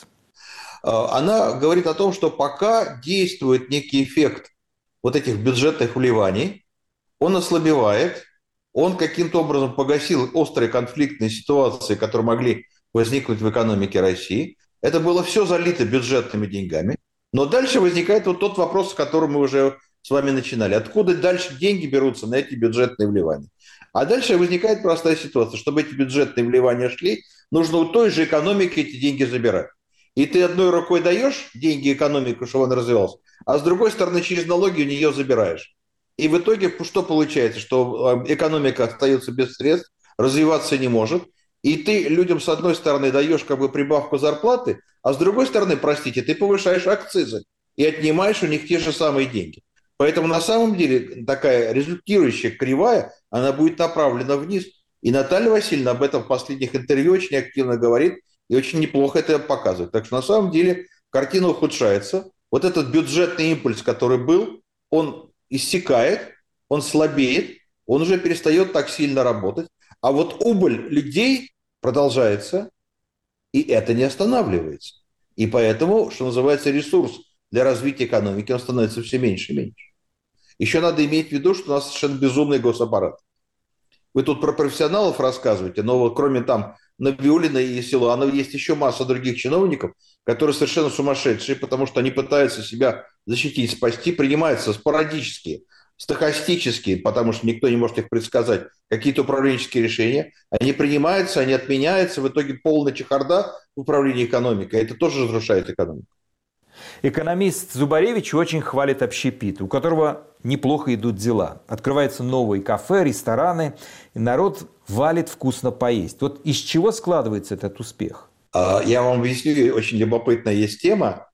Она говорит о том, что пока действует некий эффект вот этих бюджетных вливаний, он ослабевает, он каким-то образом погасил острые конфликтные ситуации, которые могли возникнуть в экономике России. Это было все залито бюджетными деньгами. Но дальше возникает вот тот вопрос, с которым мы уже с вами начинали. Откуда дальше деньги берутся на эти бюджетные вливания? А дальше возникает простая ситуация. Чтобы эти бюджетные вливания шли, нужно у той же экономики эти деньги забирать. И ты одной рукой даешь деньги экономику, чтобы он развивался, а с другой стороны через налоги у нее забираешь. И в итоге что получается? Что экономика остается без средств, развиваться не может. И ты людям, с одной стороны, даешь как бы прибавку зарплаты, а с другой стороны, простите, ты повышаешь акцизы и отнимаешь у них те же самые деньги. Поэтому на самом деле такая результирующая кривая, она будет направлена вниз. И Наталья Васильевна об этом в последних интервью очень активно говорит и очень неплохо это показывает. Так что на самом деле картина ухудшается. Вот этот бюджетный импульс, который был, он иссякает, он слабеет, он уже перестает так сильно работать. А вот убыль людей продолжается, и это не останавливается. И поэтому, что называется, ресурс для развития экономики, он становится все меньше и меньше. Еще надо иметь в виду, что у нас совершенно безумный госаппарат. Вы тут про профессионалов рассказываете, но вот кроме там Набиуллина и Силуанова есть еще масса других чиновников, которые совершенно сумасшедшие, потому что они пытаются себя защитить, спасти, принимаются спорадически, стохастически, потому что никто не может их предсказать, какие-то управленческие решения. Они принимаются, они отменяются, в итоге полная чехарда в управлении экономикой. Это тоже разрушает экономику. Экономист Зубаревич очень хвалит общепит, у которого неплохо идут дела. Открываются новые кафе, рестораны, и народ валит вкусно поесть. Вот из чего складывается этот успех? Я вам объясню, очень любопытная есть тема.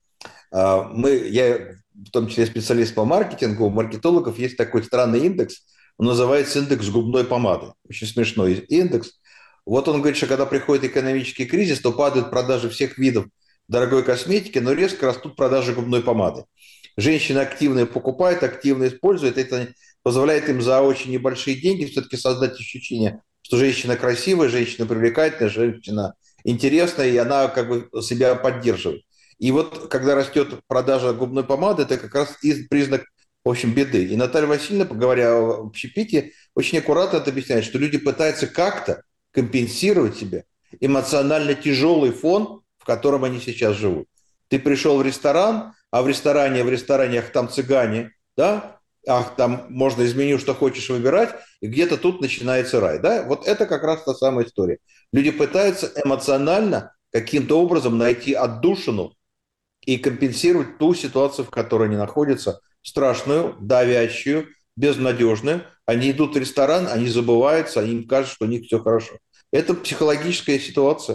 Я, в том числе специалист по маркетингу, у маркетологов есть такой странный индекс, он называется индекс губной помады. Очень смешной индекс. Вот он говорит, что когда приходит экономический кризис, то падают продажи всех видов дорогой косметики, но резко растут продажи губной помады. Женщины активно ее покупают, активно используют. Это позволяет им за очень небольшие деньги все-таки создать ощущение, что женщина красивая, женщина привлекательная, женщина интересная, и она как бы себя поддерживает. И вот когда растет продажа губной помады, это как раз признак, в общем, беды. И Наталья Васильевна, говоря о общепите, очень аккуратно это объясняет, что люди пытаются как-то компенсировать себе эмоционально тяжелый фон, в котором они сейчас живут. Ты пришел в ресторан, а в ресторанах там цыгане, да, там можно из меню, что хочешь, выбирать, и где-то тут начинается рай, да. Вот это как раз та самая история. Люди пытаются эмоционально каким-то образом найти отдушину и компенсировать ту ситуацию, в которой они находятся, страшную, давящую, безнадежную. Они идут в ресторан, они забываются, им кажется, что у них все хорошо. Это психологическая ситуация.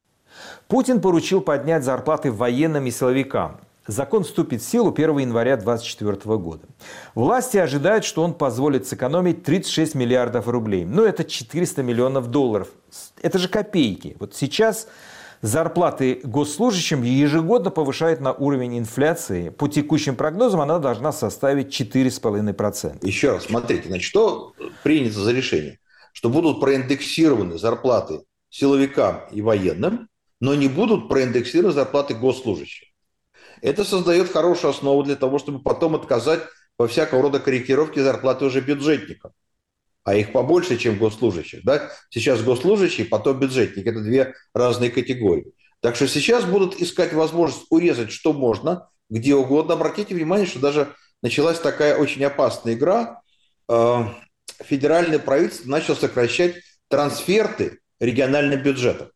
Путин поручил поднять зарплаты военным и силовикам. Закон вступит в силу 1 января 2024 года. Власти ожидают, что он позволит сэкономить 36 миллиардов рублей. Ну, это 400 миллионов долларов. Это же копейки. Вот сейчас зарплаты госслужащим ежегодно повышают на уровень инфляции. По текущим прогнозам она должна составить 4,5%. Еще раз, смотрите, значит, что принято за решение? Что будут проиндексированы зарплаты силовикам и военным, но не будут проиндексированы зарплаты госслужащих. Это создает хорошую основу для того, чтобы потом отказать во всякого рода корректировке зарплаты уже бюджетникам. А их побольше, чем госслужащих. Да? Сейчас госслужащие, потом бюджетники. Это две разные категории. Так что сейчас будут искать возможность урезать, что можно, где угодно. Обратите внимание, что даже началась такая очень опасная игра. Федеральное правительство начало сокращать трансферты региональным бюджетам.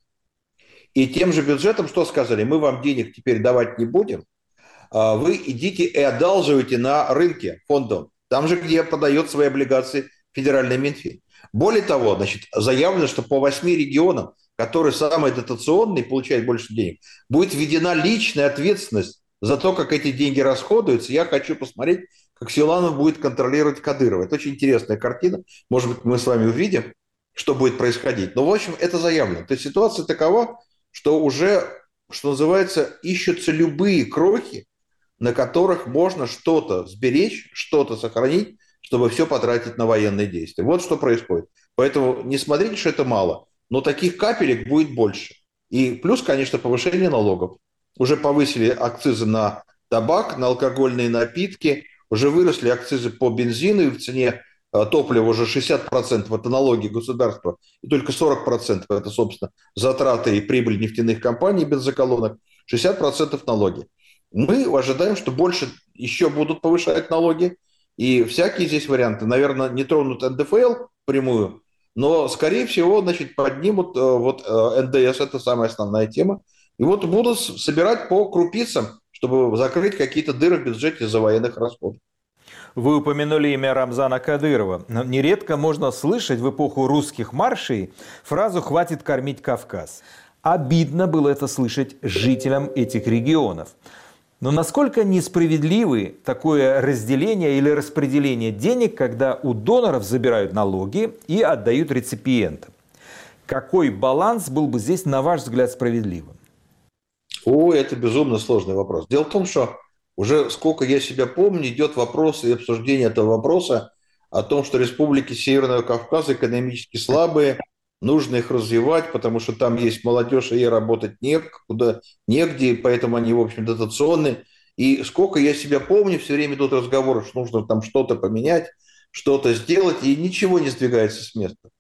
И тем же бюджетом что сказали? Мы вам денег теперь давать не будем. Вы идите и одалживайте на рынке фондовом. Там же, где продает свои облигации федеральный Минфин. Более того, значит, заявлено, что по 8 регионам, которые самые дотационные, получают больше денег, будет введена личная ответственность за то, как эти деньги расходуются. Я хочу посмотреть, как Силуанов будет контролировать Кадырова. Это очень интересная картина. Может быть, мы с вами увидим, что будет происходить. Но, в общем, это заявлено. То есть ситуация такова, что уже, что называется, ищутся любые крохи, на которых можно что-то сберечь, что-то сохранить, чтобы все потратить на военные действия. Вот что происходит. Поэтому не смотрите, что это мало, но таких капелек будет больше. И плюс, конечно, повышение налогов. Уже повысили акцизы на табак, на алкогольные напитки, уже выросли акцизы по бензину, и в цене топлива уже 60% это налоги государства, и только 40% это, собственно, затраты и прибыль нефтяных компаний, бензоколонок, 60% налоги. Мы ожидаем, что больше еще будут повышать налоги, и всякие здесь варианты, наверное, не тронут НДФЛ прямую, но, скорее всего, значит, поднимут вот НДС, это самая основная тема, и вот будут собирать по крупицам, чтобы закрыть какие-то дыры в бюджете из-за военных расходов. Вы упомянули имя Рамзана Кадырова. Нередко можно слышать в эпоху русских маршей фразу «хватит кормить Кавказ». Обидно было это слышать жителям этих регионов. Но насколько несправедливы такое разделение или распределение денег, когда у доноров забирают налоги и отдают реципиентам? Какой баланс был бы здесь, на ваш взгляд, справедливым? Это безумно сложный вопрос. Дело в том, что уже сколько я себя помню, идет вопрос и обсуждение этого вопроса о том, что республики Северного Кавказа экономически слабые, нужно их развивать, потому что там есть молодежь, и ей работать негде, поэтому они, в общем, дотационные. И сколько я себя помню, все время идут разговоры, что нужно там что-то поменять, что-то сделать, и ничего не сдвигается с места.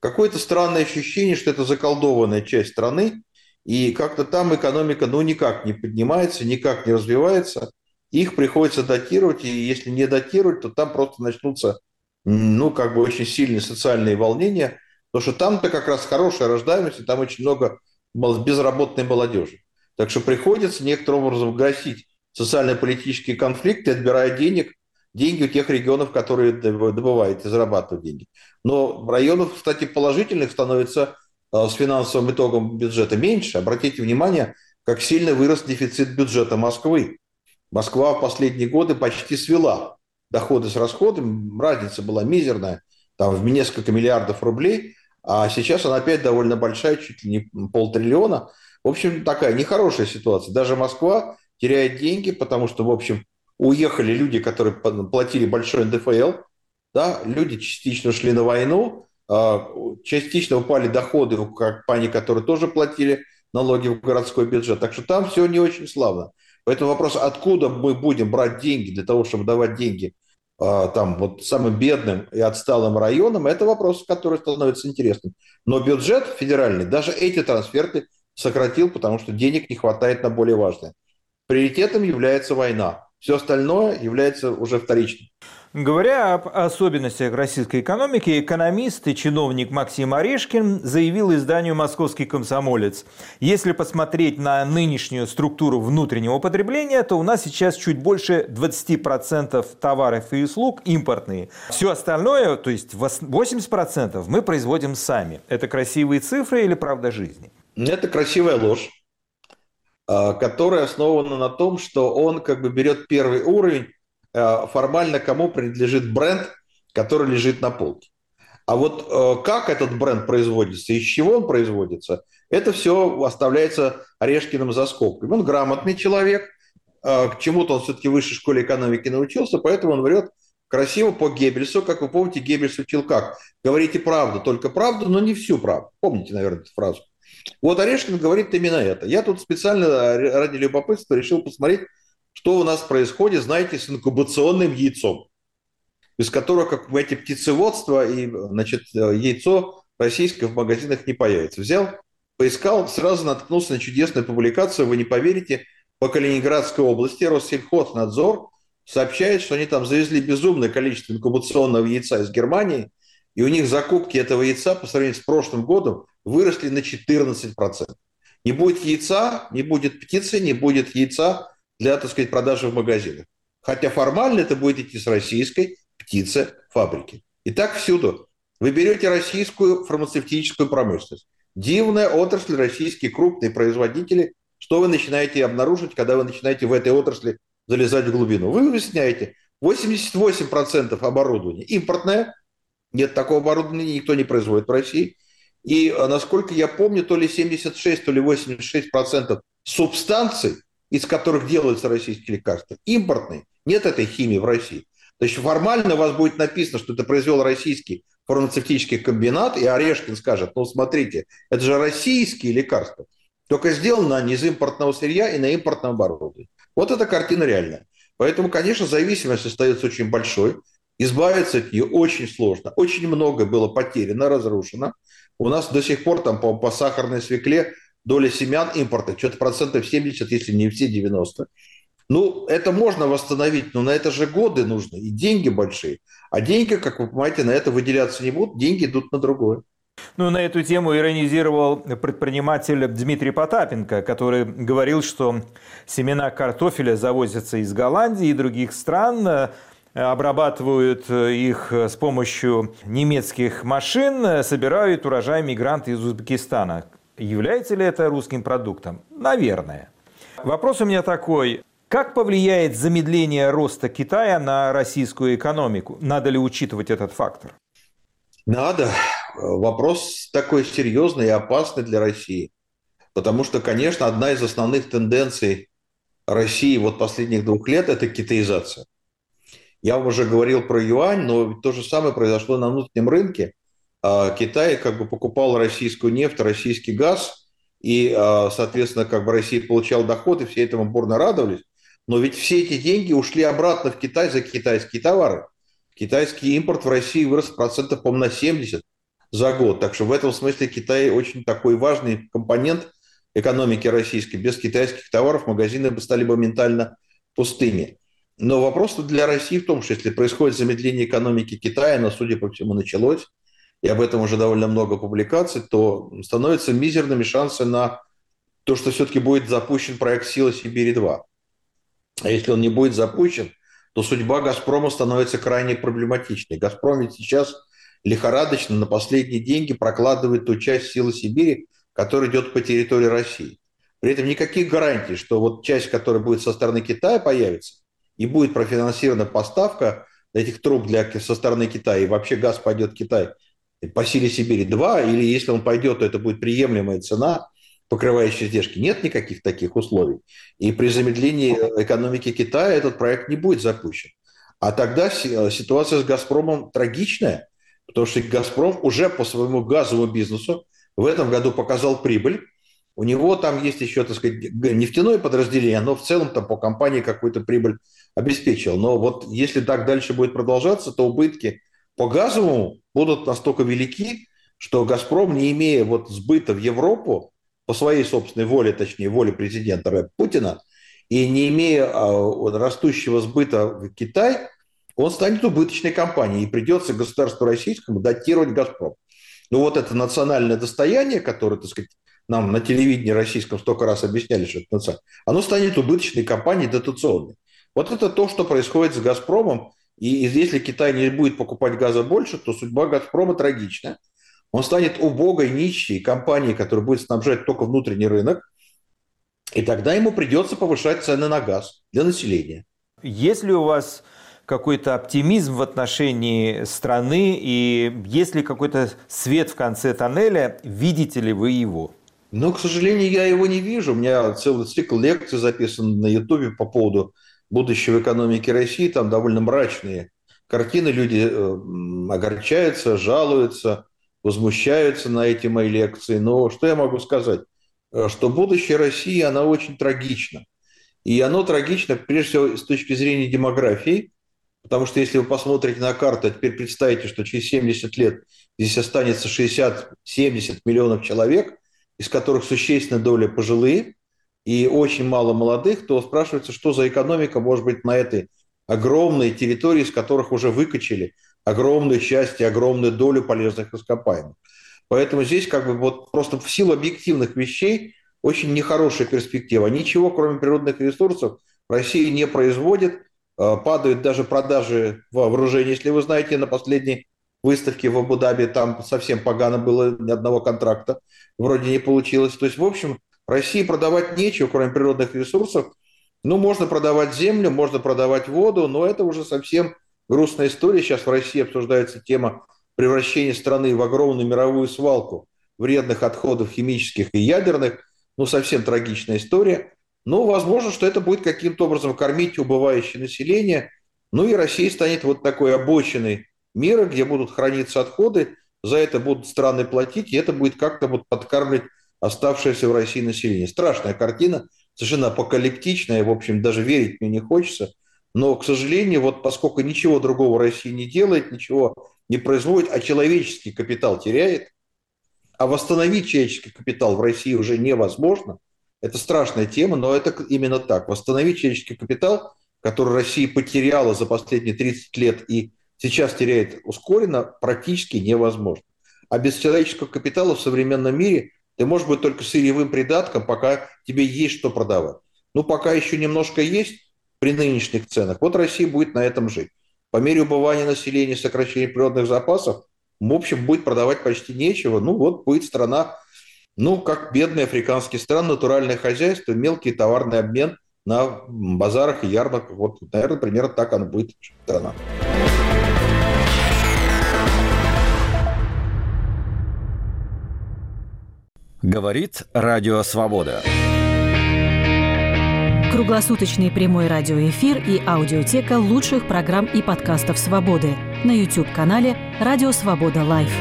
Какое-то странное ощущение, что это заколдованная часть страны, и как-то там экономика никак не поднимается, никак не развивается. Их приходится датировать, и если не датировать, то там просто начнутся очень сильные социальные волнения, потому что там-то как раз хорошая рождаемость, и там очень много безработной молодежи. Так что приходится некоторым образом гасить социально-политические конфликты, отбирая деньги у тех регионов, которые добывают и зарабатывают деньги. Но районов, кстати, положительных становится с финансовым итогом бюджета меньше. Обратите внимание, как сильно вырос дефицит бюджета Москвы. Москва в последние годы почти свела доходы с расходами. Разница была мизерная, там в несколько миллиардов рублей, а сейчас она опять довольно большая, чуть ли не 500 миллиона. В общем, такая нехорошая ситуация. Даже Москва теряет деньги, потому что, в общем, уехали люди, которые платили большой НДФЛ, да, люди частично ушли на войну, частично упали доходы у компаний, которые тоже платили налоги в городской бюджет. Так что там все не очень славно. Поэтому вопрос, откуда мы будем брать деньги для того, чтобы давать деньги самым бедным и отсталым районам, это вопрос, который становится интересным. Но бюджет федеральный даже эти трансферты сократил, потому что денег не хватает на более важное. Приоритетом является война. Все остальное является уже вторичным. Говоря об особенностях российской экономики, экономист и чиновник Максим Орешкин заявил изданию «Московский комсомолец». Если посмотреть на нынешнюю структуру внутреннего потребления, то у нас сейчас чуть больше 20% товаров и услуг импортные. Все остальное, то есть 80%, мы производим сами. Это красивые цифры или правда жизни? Это красивая ложь, которая основана на том, что он берет первый уровень, формально кому принадлежит бренд, который лежит на полке. А вот как этот бренд производится, из чего он производится, это все оставляется Орешкиным за скобками. Он грамотный человек, к чему-то он все-таки в высшей школе экономики научился, поэтому он врет красиво по Геббельсу. Как вы помните, Геббельс учил как? Говорите правду, только правду, но не всю правду. Помните, наверное, эту фразу? Вот Орешкин говорит именно это. Я тут специально ради любопытства решил посмотреть, что у нас происходит, знаете, с инкубационным яйцом, без которого, как в эти птицеводства, и, яйцо российское в магазинах не появится. Взял, поискал, сразу наткнулся на чудесную публикацию, вы не поверите, по Калининградской области Россельхознадзор сообщает, что они там завезли безумное количество инкубационного яйца из Германии, и у них закупки этого яйца по сравнению с прошлым годом выросли на 14%. Не будет яйца, не будет птицы, не будет яйца для, продажи в магазинах. Хотя формально это будет идти с российской птицефабрики. И так всюду. Вы берете российскую фармацевтическую промышленность. Дивная отрасль, российские крупные производители. Что вы начинаете обнаружить, когда вы начинаете в этой отрасли залезать в глубину? Вы выясняете, 88% оборудования импортное. Нет такого оборудования, никто не производит в России. И, насколько я помню, то ли 76, то ли 86% субстанций, из которых делаются российские лекарства, импортные. Нет этой химии в России. То есть формально у вас будет написано, что это произвел российский фармацевтический комбинат, и Орешкин скажет, смотрите, это же российские лекарства, только сделаны они из импортного сырья и на импортном оборудовании. Вот эта картина реальная. Поэтому, конечно, зависимость остается очень большой. Избавиться от нее очень сложно. Очень много было потеряно, разрушено. У нас до сих пор по сахарной свекле доля семян импорта, что-то 70%, если не все 90%. Это можно восстановить, но на это же годы нужны и деньги большие. А деньги, как вы понимаете, на это выделяться не будут, деньги идут на другое. На эту тему иронизировал предприниматель Дмитрий Потапенко, который говорил, что семена картофеля завозятся из Голландии и других стран, обрабатывают их с помощью немецких машин, собирают урожай мигранты из Узбекистана. Является ли это русским продуктом? Наверное. Вопрос у меня такой. Как повлияет замедление роста Китая на российскую экономику? Надо ли учитывать этот фактор? Надо. Вопрос такой серьезный и опасный для России. Потому что, конечно, одна из основных тенденций России последних 2 лет – это китаизация. Я вам уже говорил про юань, но то же самое произошло на внутреннем рынке. Китай покупал российскую нефть, российский газ, и, соответственно, Россия получала доход, и все этому бурно радовались. Но ведь все эти деньги ушли обратно в Китай за китайские товары. Китайский импорт в России вырос процентов, по-моему, на 70. за год. Так что в этом смысле Китай очень такой важный компонент экономики российской. Без китайских товаров магазины стали бы моментально пустыми. Но вопрос для России в том, что если происходит замедление экономики Китая, оно, судя по всему, началось, и об этом уже довольно много публикаций, то становятся мизерными шансы на то, что все-таки будет запущен проект «Сила Сибири-2». А если он не будет запущен, то судьба «Газпрома» становится крайне проблематичной. «Газпром» ведь сейчас лихорадочно на последние деньги прокладывает ту часть «Силы Сибири», которая идет по территории России. При этом никаких гарантий, что вот часть, которая будет со стороны Китая, появится, и будет профинансирована поставка этих труб со стороны Китая, и вообще газ пойдет в Китай по «Силе Сибири-2», или если он пойдет, то это будет приемлемая цена, покрывающая издержки. Нет никаких таких условий. И при замедлении экономики Китая этот проект не будет запущен. А тогда ситуация с «Газпромом» трагичная, потому что «Газпром» уже по своему газовому бизнесу в этом году показал прибыль. У него там есть еще, так сказать, нефтяное подразделение, оно в целом там по компании какую-то прибыль обеспечило. Но вот если так дальше будет продолжаться, то убытки по газовому будут настолько велики, что «Газпром», не имея вот сбыта в Европу, по своей собственной воле, точнее, воле президента Путина, и не имея растущего сбыта в Китай, он станет убыточной компанией, и придется государству российскому датировать «Газпром». Ну вот это национальное достояние, которое, так сказать, нам на телевидении российском столько раз объясняли, что это национальное, оно станет убыточной компанией дотационной. Вот это то, что происходит с «Газпромом», и если Китай не будет покупать газа больше, то судьба «Газпрома» трагична. Он станет убогой, нищей компанией, которая будет снабжать только внутренний рынок, и тогда ему придется повышать цены на газ для населения. Есть ли у вас какой-то оптимизм в отношении страны, и есть ли какой-то свет в конце тоннеля, видите ли вы его? Но, к сожалению, я его не вижу. У меня целый цикл лекций записан на Ютубе по поводу будущего экономики России. Там довольно мрачные картины. Люди огорчаются, жалуются, возмущаются на эти мои лекции. Но что я могу сказать? Что будущее России, оно очень трагично. И оно трагично, прежде всего, с точки зрения демографии. Потому что если вы посмотрите на карту, теперь представите, что через 70 лет здесь останется 60-70 миллионов человек, из которых существенная доля пожилые и очень мало молодых, то спрашивается, что за экономика может быть на этой огромной территории, из которых уже выкачали огромную часть и огромную долю полезных ископаемых. Поэтому здесь как бы вот просто в силу объективных вещей очень нехорошая перспектива. Ничего, кроме природных ресурсов, Россия не производит. Падают даже продажи вооружений. Если вы знаете, на последней выставке в Абу-Даби там совсем погано было, ни одного контракта вроде не получилось. То есть, в общем, России продавать нечего, кроме природных ресурсов. Ну, можно продавать землю, можно продавать воду, но это уже совсем грустная история. Сейчас в России обсуждается тема превращения страны в огромную мировую свалку вредных отходов химических и ядерных. Ну, совсем трагичная история. Ну, возможно, что это будет каким-то образом кормить убывающее население. Ну, и Россия станет вот такой обочиной мира, где будут храниться отходы, за это будут страны платить, и это будет как-то вот подкармливать оставшееся в России население. Страшная картина, совершенно апокалиптичная, в общем, даже верить мне не хочется. Но, к сожалению, вот поскольку ничего другого Россия не делает, ничего не производит, а человеческий капитал теряет, а восстановить человеческий капитал в России уже невозможно. Это страшная тема, но это именно так. Восстановить человеческий капитал, который Россия потеряла за последние 30 лет и сейчас теряет ускоренно, практически невозможно. А без человеческого капитала в современном мире ты можешь быть только сырьевым придатком, пока тебе есть что продавать. Ну, пока еще немножко есть при нынешних ценах. Вот Россия будет на этом жить. По мере убывания населения, сокращения природных запасов, в общем, будет продавать почти нечего. Ну, вот будет страна, ну, как бедные африканские страны, натуральное хозяйство, мелкий товарный обмен на базарах и ярмарках. Вот, наверное, примерно так она будет страна. Говорит Радио Свобода. Круглосуточный прямой радиоэфир и аудиотека лучших программ и подкастов «Свободы» на YouTube-канале «Радио Свобода Лайв».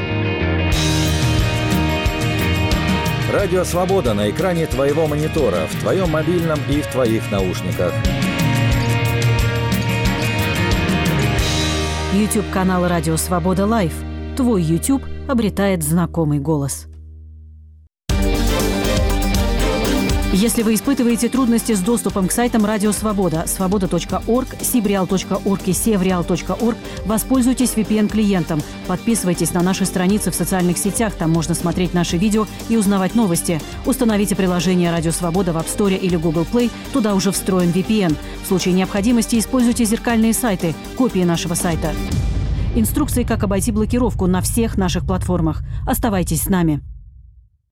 Радио Свобода на экране твоего монитора, в твоем мобильном и в твоих наушниках. YouTube-канал «Радио Свобода Лайв». Твой YouTube обретает знакомый голос. Если вы испытываете трудности с доступом к сайтам Радио Свобода, свобода.орг, sibreal.org и sevreal.org, воспользуйтесь VPN-клиентом. Подписывайтесь на наши страницы в социальных сетях, там можно смотреть наши видео и узнавать новости. Установите приложение Радио Свобода в App Store или Google Play, туда уже встроен VPN. В случае необходимости используйте зеркальные сайты, копии нашего сайта. Инструкции, как обойти блокировку на всех наших платформах. Оставайтесь с нами.